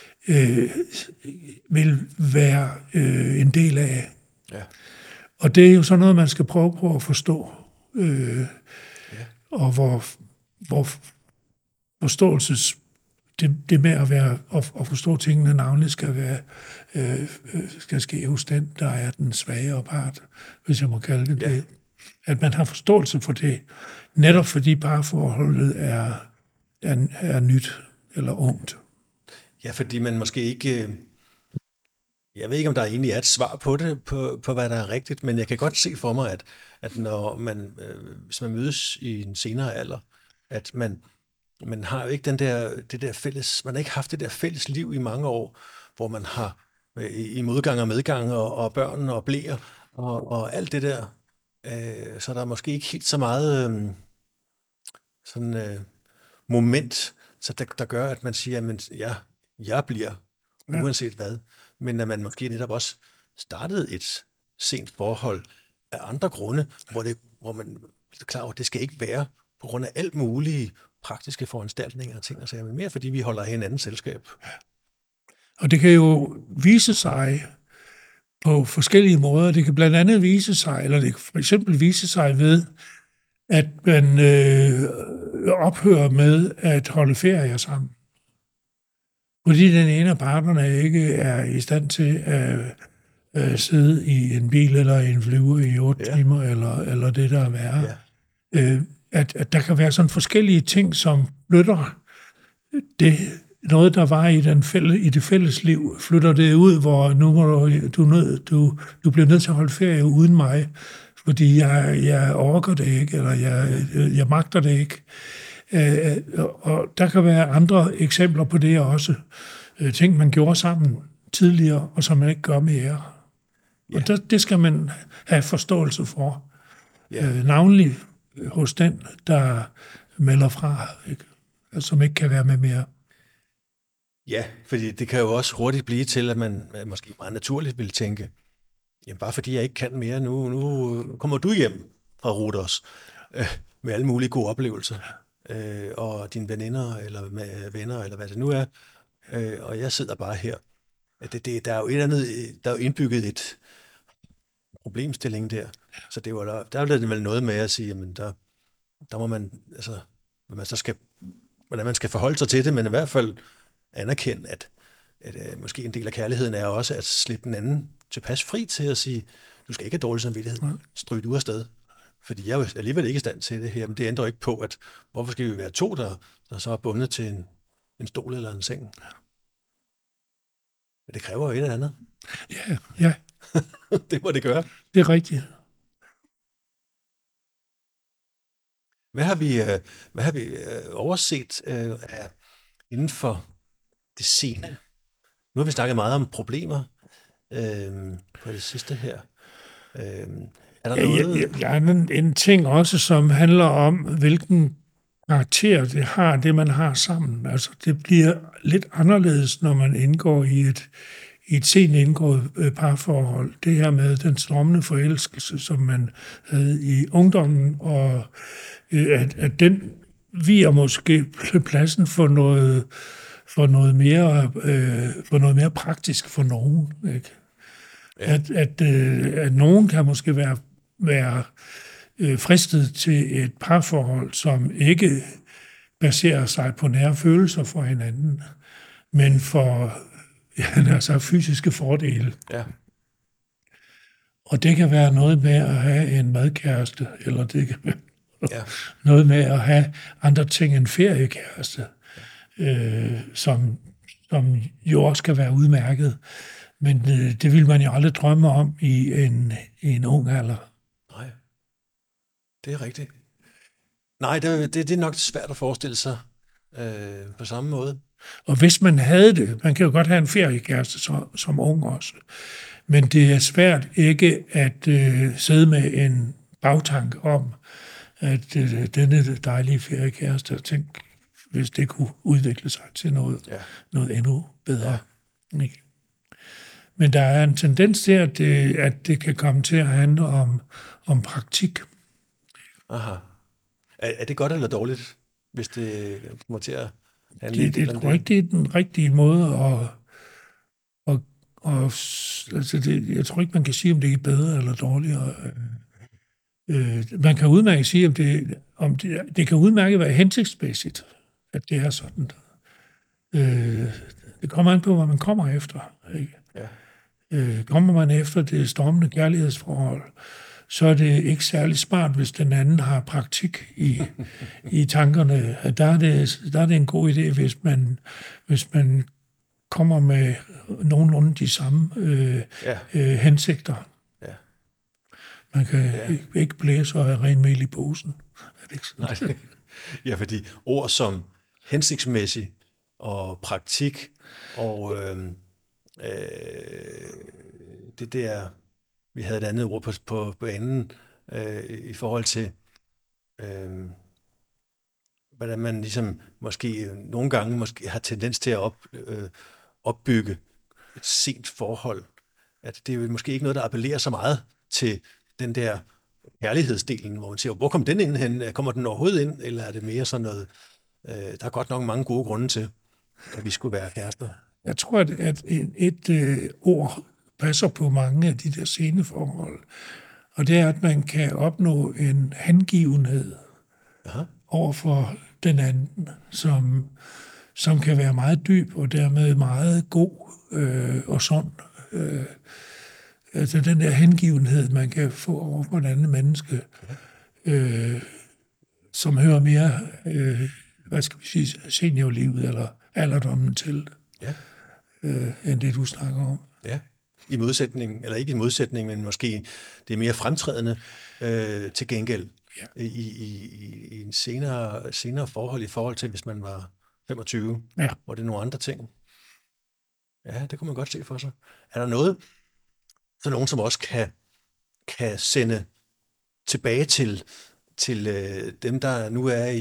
vil være en del af. Ja. Og det er jo sådan noget, man skal prøve på at forstå. Og hvor forståelses... Det med at være at forstå tingene navnligt skal ske hos den, der er den svagere part, hvis jeg må kalde det det. At man har forståelse for det, netop fordi parforholdet er nyt eller ungt. Ja, fordi man måske ikke... Jeg ved ikke, om der egentlig er et svar på det, på hvad der er rigtigt, men jeg kan godt se for mig, at når man, hvis man mødes i en senere alder, at man har jo ikke det der fælles, man har ikke haft det der fælles liv i mange år, hvor man har i modgang og medgang og børn og blæer og alt det der, så der er måske ikke helt så meget moment, så der gør, at man siger, at jeg bliver, uanset hvad, men at man måske netop også startede et sent forhold af andre grunde, hvor man er klar over, at det skal ikke være på grund af alt mulige praktiske foranstaltninger og ting, men mere fordi vi holder hinandens selskab. Og det kan jo vise sig på forskellige måder. Det kan blandt andet vise sig, eller det kan for eksempel vise sig ved, at man ophører med at holde ferier sammen. Fordi den ene af parterne ikke er i stand til at sidde i en bil eller i en flyver i 8 timer, eller det der er værre. Ja. At der kan være sådan forskellige ting, som flytter det, noget, der var i det fælles liv, flytter det ud, hvor nu må du bliver nødt til at holde ferie uden mig, fordi jeg orker det ikke, eller jeg magter det ikke. Og der kan være andre eksempler på det også. Ting, man gjorde sammen tidligere, og som man ikke gør mere. Og det skal man have forståelse for. Navnlig hos den, der melder fra, ikke? Som ikke kan være med mere. Ja, fordi det kan jo også hurtigt blive til, at man måske meget naturligt vil tænke, jamen bare fordi jeg ikke kan mere, nu kommer du hjem fra Ruders med alle mulige gode oplevelser, og dine veninder, eller med venner, eller hvad det nu er, og jeg sidder bare her. Der er jo et eller andet, der er jo indbygget et problemstilling der, så det var der er det vel noget med at sige, jamen der må man, altså, hvordan man skal forholde sig til det, men i hvert fald anerkende, at måske en del af kærligheden er også at slippe den anden tilpas fri til at sige, Du skal ikke have dårlig samvittighed. Stryg du afsted. Fordi jeg er jo alligevel ikke i stand til det her, men det ændrer ikke på, at hvorfor skal vi være to, der så er bundet til en stol eller en seng? Men det kræver jo et eller andet. Ja. Det må det gøre. Det er rigtigt. Hvad har vi overset inden for det scene? Nu har vi snakket meget om problemer på det sidste her. Er der noget? Ja, en ting også, som handler om, hvilken karakter det har, det man har sammen. Altså, det bliver lidt anderledes, når man indgår i et sent indgået parforhold. Det her med den stormende forelskelse, som man havde i ungdommen, og at den viger måske pladsen for noget mere praktisk for nogen. Ikke? Ja. At nogen kan måske være fristet til et parforhold, som ikke baserer sig på nære følelser for hinanden, men for altså fysiske fordele. Ja. Og det kan være noget med at have en madkæreste, eller det kan være noget med at have andre ting end feriekæreste, som jo også kan være udmærket. Men det vil man jo aldrig drømme om i en ung alder. Nej, det er rigtigt. Nej, det er nok svært at forestille sig på samme måde. Og hvis man havde det, man kan jo godt have en feriekæreste som ung også, men det er svært ikke at sidde med en bagtanke om, at denne dejlige feriekæreste, tænk, hvis det kunne udvikle sig til noget endnu bedre. Ja. Ikke? Men der er en tendens til, at det kan komme til at handle om praktik. Aha. Er det godt eller dårligt, hvis det kommer til at handle det? Jeg tror ikke, det er den rigtige måde jeg tror ikke, man kan sige, om det er bedre eller dårligere. Man kan udmærket sige, om det kan udmærket være hensigtsmæssigt, at det er sådan. Det kommer an på, hvad man kommer efter. Ikke? Ja. Kommer man efter det stormende kærlighedsforhold, så er det ikke særlig smart, hvis den anden har praktik i tankerne. Der er det en god idé, hvis man kommer med nogenlunde de samme hensigter. Ja. Man kan ikke blæse og have ren mel i posen. Er det ikke sådan? Nej. Ja, fordi ord som hensigtsmæssig og praktik og det der, vi havde et andet ord på banen i forhold til, hvordan man ligesom måske nogle gange har tendens til at opbygge et sent forhold. At det er jo måske ikke noget, der appellerer så meget til den der kærlighedsdelen, hvor man siger, hvor kom den ind hen? Kommer den overhovedet ind? Eller er det mere sådan noget, der er godt nok mange gode grunde til, at vi skulle være kærester? Jeg tror, at et ord passer på mange af de der sceneforhold, og det er, at man kan opnå en hengivenhed over for den anden, som kan være meget dyb og dermed meget god og sund. Altså den der hengivenhed, man kan få over for et andet menneske, som hører mere, seniorlivet eller alderdommen til, end det, du snakker om. Ja, i modsætning, eller ikke i modsætning, men måske det er mere fremtrædende til gengæld i en senere forhold i forhold til, hvis man var 25, hvor det er nogle andre ting. Ja, det kunne man godt se for sig. Er der noget, så nogen, som også kan sende tilbage til dem, der nu er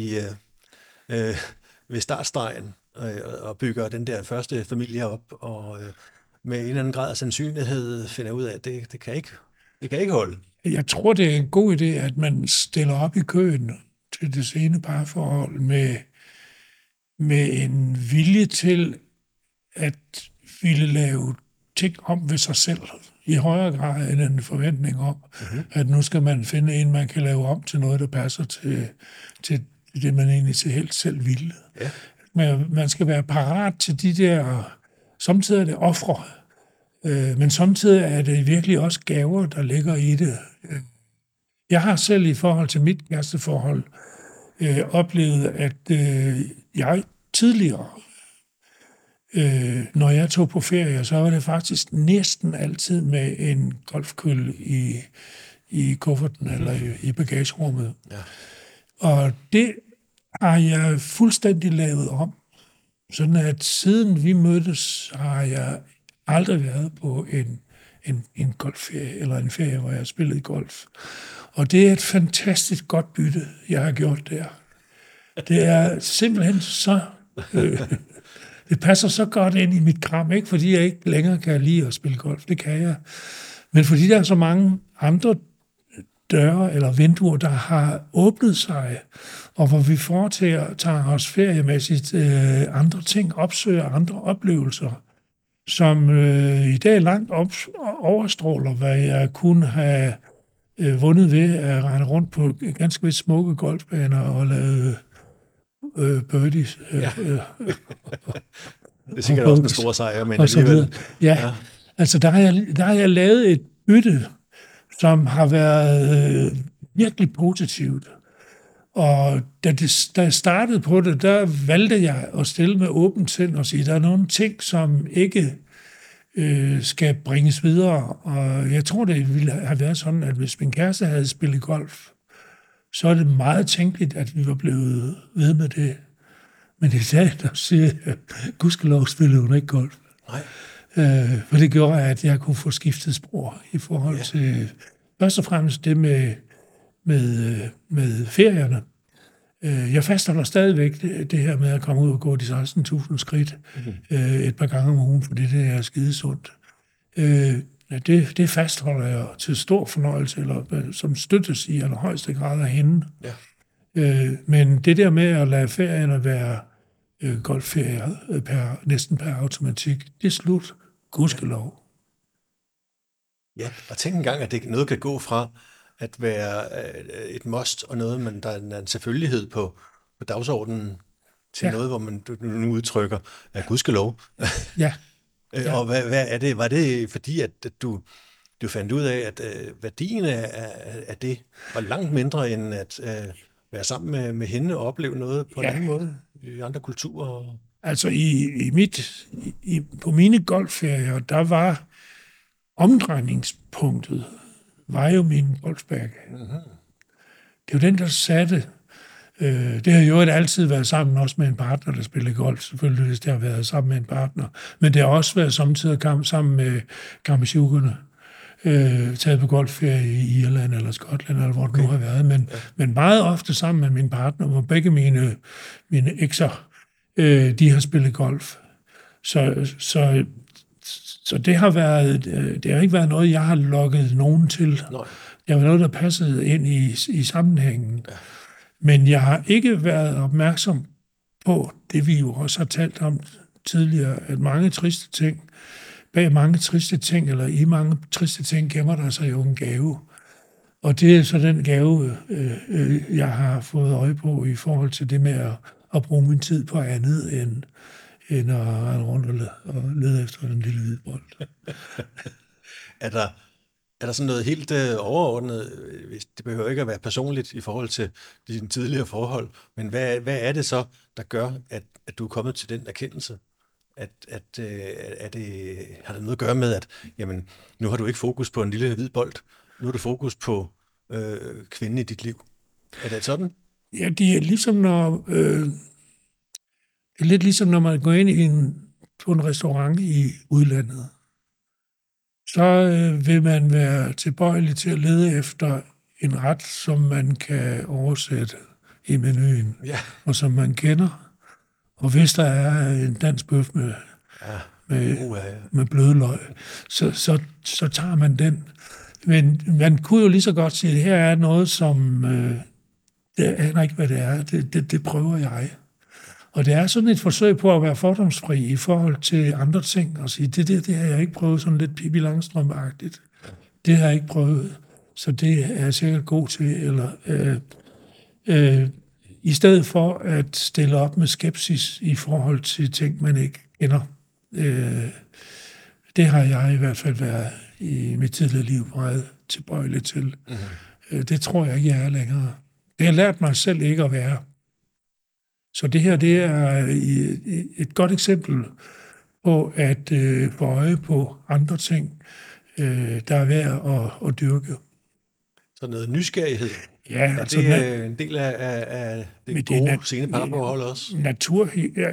ved startstregen og bygger den der første familie op, og med en eller anden grad af sandsynlighed finder ud af, at det kan ikke holde? Jeg tror, det er en god idé, at man stiller op i køen til det sene parforhold med en vilje til at ville lave ting om ved sig selv, i højere grad end en forventning om, at nu skal man finde en, man kan lave om til noget, der passer til det, man egentlig til helt selv ville. Ja. Men man skal være parat til de der, samtidig er det ofre, Men samtidig er det virkelig også gaver, der ligger i det. Jeg har selv i forhold til mit kæresteforhold oplevet, at jeg tidligere, når jeg tog på ferie, så var det faktisk næsten altid med en golfkølle i kufferten eller i bagagerummet. Ja. Og det har jeg fuldstændig lavet om. Sådan at siden vi mødtes, har jeg aldrig været på en golfferie eller en ferie, hvor jeg har spillet golf. Og det er et fantastisk godt bytte, jeg har gjort der. Det er simpelthen så... det passer så godt ind i mit kram, ikke fordi jeg ikke længere kan lide at spille golf, det kan jeg. Men fordi der er så mange andre døre eller vinduer, der har åbnet sig, og hvor vi tager os feriemæssigt andre ting, opsøger andre oplevelser, som i dag langt overstråler, hvad jeg kunne have vundet ved at rende rundt på ganske vist smukke golfbaner og lave birdies. Ja. Det er sikkert også en stor sejr, men alligevel. Ja, altså der har jeg lavet et bytte, som har været virkelig positivt. Og da jeg startede på det, der valgte jeg at stille med åbent sind og sige, at der er nogle ting, som ikke skal bringes videre. Og jeg tror, det ville have været sådan, at hvis min kæreste havde spillet golf, så er det meget tænkeligt, at vi var blevet ved med det. Men i dag, der siger jeg, gudskelov spillede hun ikke golf. Nej. For det gjorde, at jeg kunne få skiftet spor i forhold til først og fremmest det med ferierne. Jeg fastholder stadigvæk det her med at komme ud og gå de 16.000 skridt et par gange om ugen, fordi det er skidesundt. Det fastholder jeg til stor fornøjelse, eller som støttes i allerhøjeste grad af hende. Ja. Men det der med at lade ferierne være golfferier næsten per automatik, det er slut. Gudskelov. Ja, og tænk engang, at det noget kan gå fra at være et must og noget, der er en selvfølgelighed på dagsordenen, til noget, hvor man nu udtrykker, at gudskelov. Ja. Og hvad er det? Var det fordi, at du fandt ud af, at værdien af det var langt mindre, end at være sammen med hende og opleve noget på en anden måde i andre kulturer? Altså på mine golfferier, der var omdrejningspunktet, var jo min golfbag. Mm-hmm. Det er jo den, der satte. Det har jo altid været sammen også med en partner, der spiller golf, selvfølgelig, hvis det har været sammen med en partner. Men det har også været samtidig sammen med kammersjukerne, taget på golfferie i Irland eller Skotland, eller hvor det nu har været. Men meget ofte sammen med min partner, hvor begge mine ekser, de har spillet golf. Så det har været, det har ikke været noget, jeg har lokket nogen til. Nej. Det har været noget, der passede ind i sammenhængen. Ja. Men jeg har ikke været opmærksom på det, vi jo også har talt om tidligere, at bag mange triste ting, eller i mange triste ting, gemmer der sig jo en gave. Og det er så den gave, jeg har fået øje på i forhold til det med at bruge min tid på andet end at rende rundt og lede efter den lille hvide bold. Er der sådan noget helt overordnet, det behøver ikke at være personligt i forhold til dine tidligere forhold, men hvad er det så, der gør, at du er kommet til den erkendelse? Har det noget at gøre med, at jamen, nu har du ikke fokus på en lille hvid bold, nu har du fokus på kvinden i dit liv? Er det sådan? Ja, det er ligesom når... Det er lidt ligesom, når man går ind på en restaurant i udlandet. Så vil man være tilbøjelig til at lede efter en ret, som man kan oversætte i menuen, og som man kender. Og hvis der er en dansk bøf med blødløg, så tager man den. Men man kunne jo lige så godt sige, at her er noget, som... jeg aner ikke, hvad det er. Det prøver jeg. Og det er sådan et forsøg på at være fordomsfri i forhold til andre ting, og sige, det har jeg ikke prøvet, sådan lidt Pippi Langstrømpe-agtigt. Det har jeg ikke prøvet, så det er jeg sikkert god til. Eller, i stedet for at stille op med skepsis i forhold til ting, man ikke kender. Det har jeg i hvert fald været i mit tidligere liv meget tilbøjelig til. Det tror jeg ikke, jeg er længere. Det har lært mig selv ikke at være. Så det her, det er et godt eksempel på at få øje på andre ting, der er værd at dyrke. Så noget nysgerrighed. Ja, er altså, det en del af det gode sene parforhold også? Natur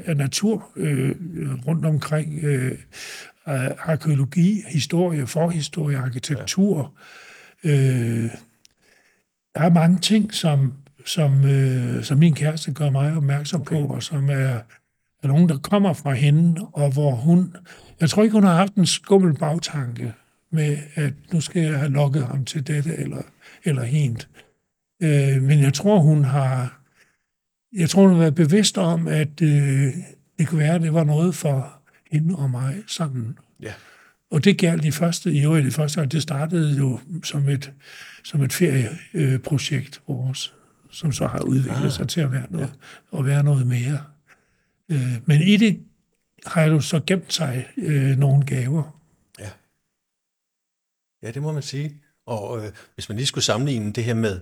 rundt omkring arkæologi, historie, forhistorie, arkitektur. Der er mange ting, som min kæreste gør mig opmærksom på, og som er nogen, der kommer fra hende, og hvor jeg tror ikke, hun har haft en skummel bagtanke med, at nu skal jeg have lokket ham til dette eller hent. Men jeg tror, hun har været bevidst om, at det kunne være, at det var noget for hende og mig sammen. Ja. Og det galt det første år, det startede jo som et ferieprojekt vores, som så har udviklet sig til at være noget mere. Men i det har jo så gemt sig nogle gaver. Ja. Ja, det må man sige. Og hvis man lige skulle sammenligne det her med,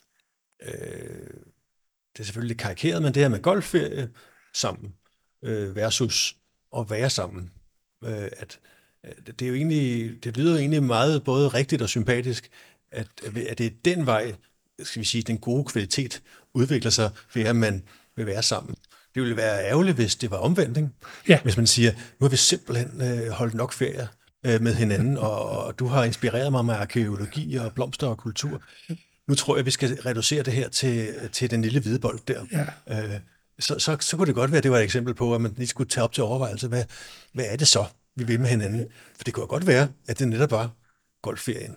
det er selvfølgelig karikeret, men det her med golfferie sammen versus at være sammen, at det er jo egentlig, det lyder jo egentlig meget både rigtigt og sympatisk, at det er den vej, skal vi sige, den gode kvalitet udvikler sig ved, at man vil være sammen. Det ville være ærgerligt, hvis det var omvendt, ikke? Ja. Hvis man siger, nu har vi simpelthen holdt nok ferier med hinanden, og du har inspireret mig med arkæologi og blomster og kultur. Nu tror jeg, vi skal reducere det her til den lille hvide bold der. Ja. Så kunne det godt være, at det var et eksempel på, at man lige skulle tage op til overvejelse, hvad er det så, vi vil med hinanden? For det kunne godt være, at det netop var golfferien.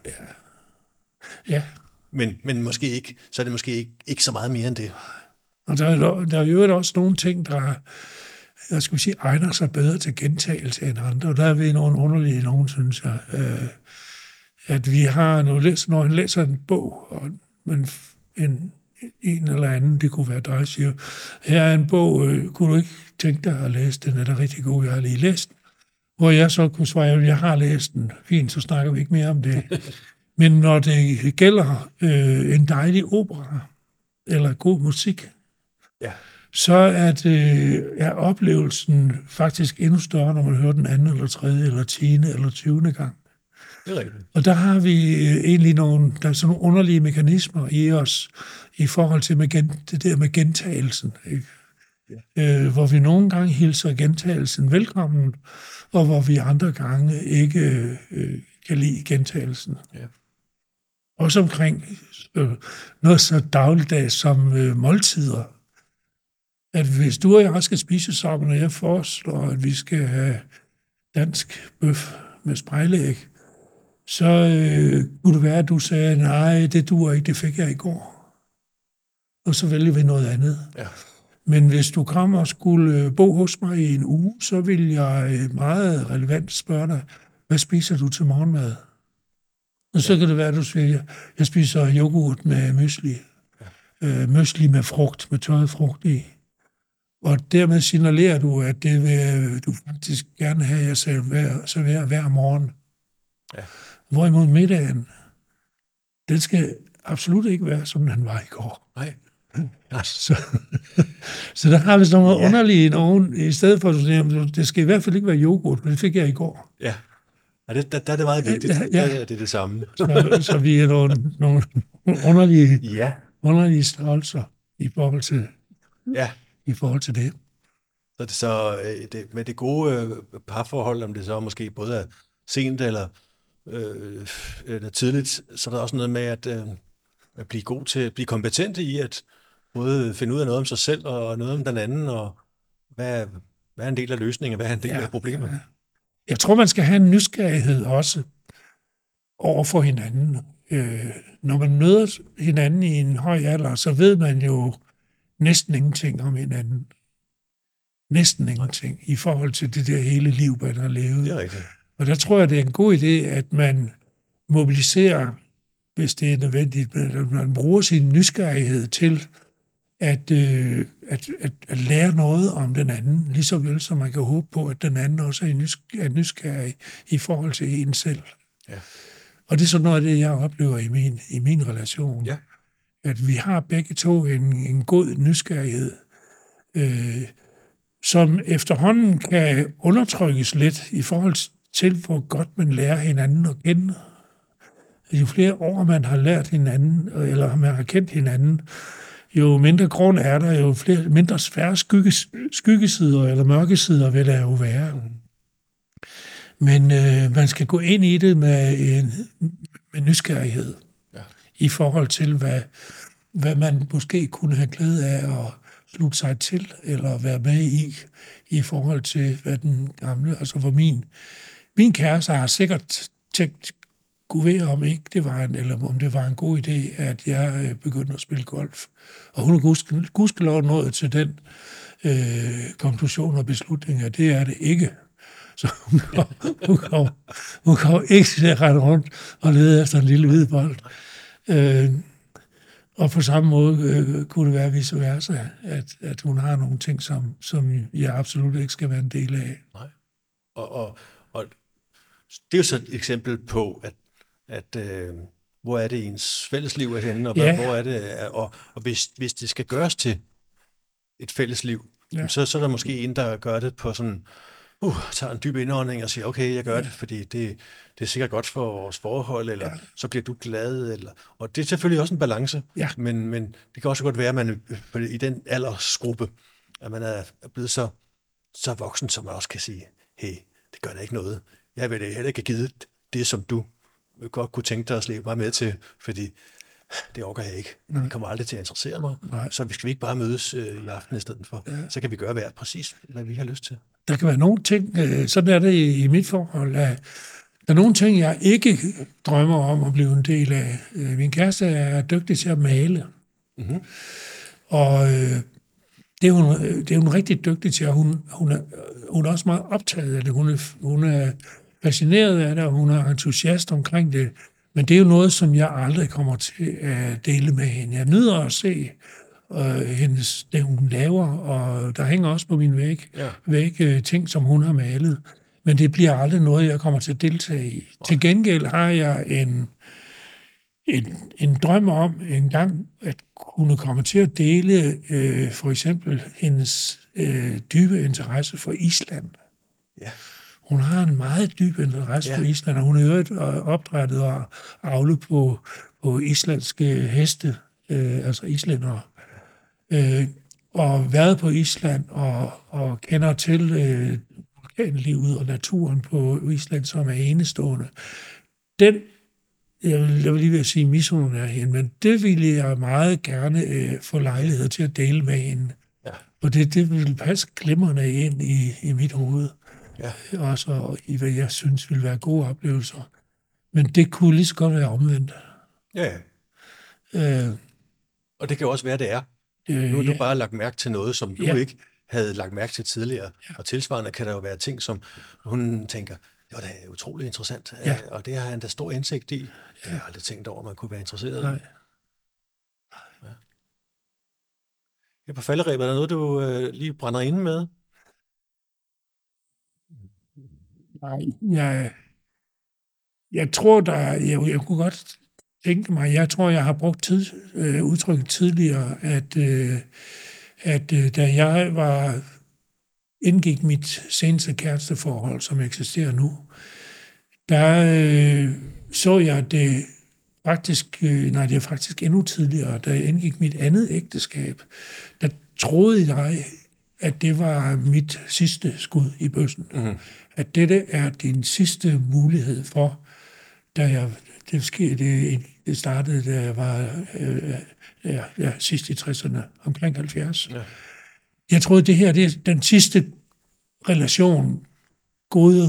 Ja. Men måske ikke, så er det måske ikke så meget mere end det. Og der er jo også nogle ting, der jeg skulle sige, egner sig bedre til gentagelse end andre. Og der er vi nogle underlige nogen, synes jeg. At vi har, når han læser en bog, og en eller anden, det kunne være dig, siger, her er en bog, kunne du ikke tænke dig at læse den? Er der rigtig god, jeg har lige læst den. Hvor jeg så kunne svare, jeg har læst den. Fint, så snakker vi ikke mere om det. Men når det gælder en dejlig opera, eller god musik, ja, så er oplevelsen faktisk endnu større, når man hører den anden, eller tredje, eller 10. eller 20. gang. Det er rigtigt. Og der har vi egentlig der er sådan nogle underlige mekanismer i os, i forhold til det der med gentagelsen. Ikke? Ja. Hvor vi nogle gange hilser gentagelsen velkommen, og hvor vi andre gange ikke kan lide gentagelsen. Ja. Også omkring noget så dagligdags som måltider. At hvis du og jeg skal spise sammen, og jeg foreslår, at vi skal have dansk bøf med spejlæg, så kunne det være, at du sagde, nej, det duer ikke, det fik jeg i går. Og så vælger vi noget andet. Ja. Men hvis du kommer og skulle bo hos mig i en uge, så vil jeg meget relevant spørge dig, hvad spiser du til morgenmad? Og så kan det være, at du siger, jeg spiser yoghurt med müsli. Ja. Müsli med frugt, med tørret frugt i. Og dermed signalerer du, at det vil du faktisk gerne have, at jeg serverer hver morgen. Ja. Hvorimod middagen, den skal absolut ikke være, som den var i går. Nej. Så der har vi sådan noget underlige nogen, i stedet for at det skal i hvert fald ikke være yoghurt, men det fik jeg i går. Ja, der er det meget vigtigt. Ja. Det er det samme. Så vi er nogle underlige størrelser i forhold til det. Så med det gode parforhold, om det så måske både er sent eller tidligt, så er der også noget med at blive god til at blive kompetent i at både finde ud af noget om sig selv og noget om den anden, og hvad er en del af løsningen, og hvad er en del af problemet. Ja. Jeg tror, man skal have en nysgerrighed også over for hinanden. Når man møder hinanden i en høj alder, så ved man jo næsten ingenting om hinanden. Næsten ingenting i forhold til det der hele liv, man har levet. Det er rigtigt. Og der tror jeg, det er en god idé, at man mobiliserer, hvis det er nødvendigt, at man bruger sin nysgerrighed til at lære noget om den anden, lige så vel som man kan håbe på, at den anden også er nysgerrig i forhold til en selv. Ja. Og det er sådan noget af det, jeg oplever i min relation. Ja. At vi har begge to en god nysgerrighed, som efterhånden kan undertrykkes lidt i forhold til, hvor godt man lærer hinanden at kende. Jo flere år man har lært hinanden, eller man har kendt hinanden, jo mindre grund er der, jo mindre færre skyggesider eller mørkesider vil der jo være. Men man skal gå ind i det med nysgerrighed, i forhold til, hvad man måske kunne have glæde af at slutte sig til, eller være med i forhold til, hvad den gamle, altså hvor min kæreste har sikkert tænkt, om ikke det var om det var en god idé, at jeg begyndte at spille golf. Og hun er gudskelov nået til den konklusion og beslutning, at det er det ikke. Så hun kommer ikke til at rette rundt og lede efter en lille hvid bold. Og på samme måde kunne det være vice versa, at hun har nogle ting, som jeg absolut ikke skal være en del af. Nej. Og det er jo så et eksempel på, at hvor er det ens fællesliv er henne, og hvor er det, og hvis det skal gøres til et fællesliv, så er der måske en, der gør det på sådan, tager en dyb indånding og siger, okay, jeg gør det, fordi det er sikkert godt for vores forhold, eller så bliver du glad, og det er selvfølgelig også en balance, men det kan også godt være, at man i den aldersgruppe, at man er blevet så voksen, som man også kan sige, hey, det gør da ikke noget. Jeg vil heller ikke have givet det, som du godt kunne tænke dig at slæbe mig med til, fordi det orker jeg ikke. Det kommer aldrig til at interessere mig. Nej. Så skal vi ikke bare mødes i aften i stedet for. Ja. Så kan vi gøre præcis, hvad vi har lyst til. Der kan være nogle ting, sådan er det i mit forhold, at der er nogle ting, jeg ikke drømmer om at blive en del af. Min kæreste er dygtig til at male. Mm-hmm. Og det er hun rigtig dygtig til, og hun er også meget optaget af det. Hun er fascineret af det, og hun er entusiast omkring det. Men det er jo noget, som jeg aldrig kommer til at dele med hende. Jeg nyder at se det, hun laver, og der hænger også på min væg ting, som hun har malet. Men det bliver aldrig noget, jeg kommer til at deltage i. Til gengæld har jeg en drøm om en gang at kunne komme til at dele for eksempel hendes dybe interesse for Island. Ja. Hun har en meget dyb interesse for Island, og hun er jo opdrættet og avlet på islandske heste, altså islændere, og været på Island og kender til vulkanlivet og naturen på Island, som er enestående. Jeg vil lige ved sige misunden af hende, men det ville jeg meget gerne få lejlighed til at dele med hende. Ja. Og det ville passe glimrende ind i mit hoved. Ja. Også i hvad jeg synes ville være gode oplevelser. Men det kunne lige så godt være omvendt. Ja. Og det kan også være, det er. Nu har du bare lagt mærke til noget, som du ikke havde lagt mærke til tidligere. Ja. Og tilsvarende kan der jo være ting, som hun tænker, det var da utroligt interessant, og det har han da stor indsigt i. Jeg har aldrig tænkt over, at man kunne være interesseret i. Ja, på falderebet, er der noget, du lige brænder inde med? Nej, jeg tror, jeg kunne godt tænke mig, jeg tror, jeg har brugt udtrykket tidligere, at da jeg indgik mit seneste kæresteforhold, som eksisterer nu, der så jeg det faktisk, det er faktisk endnu tidligere, da jeg indgik mit andet ægteskab, der troede jeg, at det var mit sidste skud i bøssen. Mm-hmm. At dette er din sidste mulighed for, det startede, da jeg var sidst i 60'erne, omkring 70. Ja. Jeg troede, det her det er den sidste relation, gode,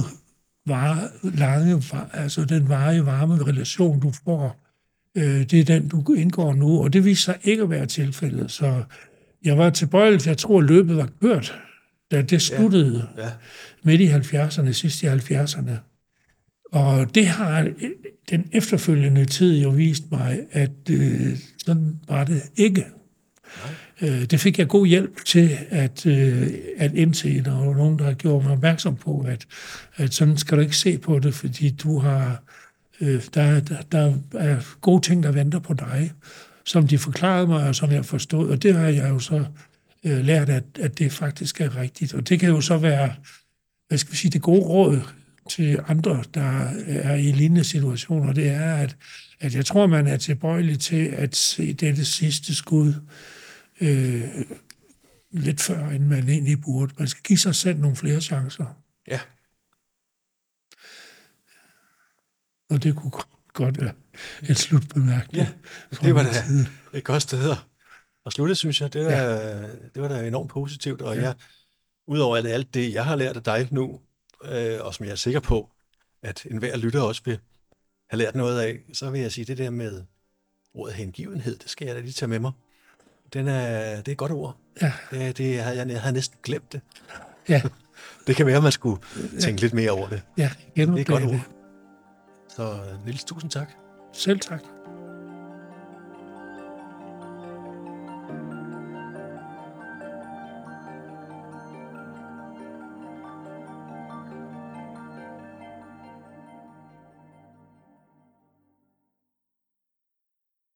altså den varige, varme relation, du får. Det er den, du indgår nu, og det viser sig ikke at være tilfældet. Så jeg var tilbøjelig, jeg tror, løbet var kørt, da det sluttede midt i 70'erne, sidst i 70'erne. Og det har den efterfølgende tid jo vist mig, at sådan var det ikke. Det fik jeg god hjælp til at indse. Der var nogen, der gjorde mig opmærksom på, at sådan skal du ikke se på det, fordi du har, der er gode ting, der venter på dig, som de forklarede mig, og som jeg forstod. Og det har jeg jo så lært, at det faktisk er rigtigt. Og det kan jo så være, hvad skal vi sige, det gode råd til andre, der er i lignende situationer. Det er, at jeg tror, man er tilbøjelig til at se dette sidste skud lidt før, end man egentlig burde. Man skal give sig selv nogle flere chancer. Ja. Og det kunne godt være et slutbemærkning. Ja, det var da et godt sted at slutte, synes jeg. Det var da enormt positivt, og jeg, udover alt det, jeg har lært af dig nu, og som jeg er sikker på, at enhver lytter også vil have lært noget af, så vil jeg sige, det der med ordet hengivenhed, det skal jeg da lige tage med mig. Det er et godt ord. Ja. Jeg havde næsten glemt det. Ja. Det kan være, at man skulle tænke lidt mere over det. Ja, det er et godt ord. Så Niels, tusind tak. Selv tak.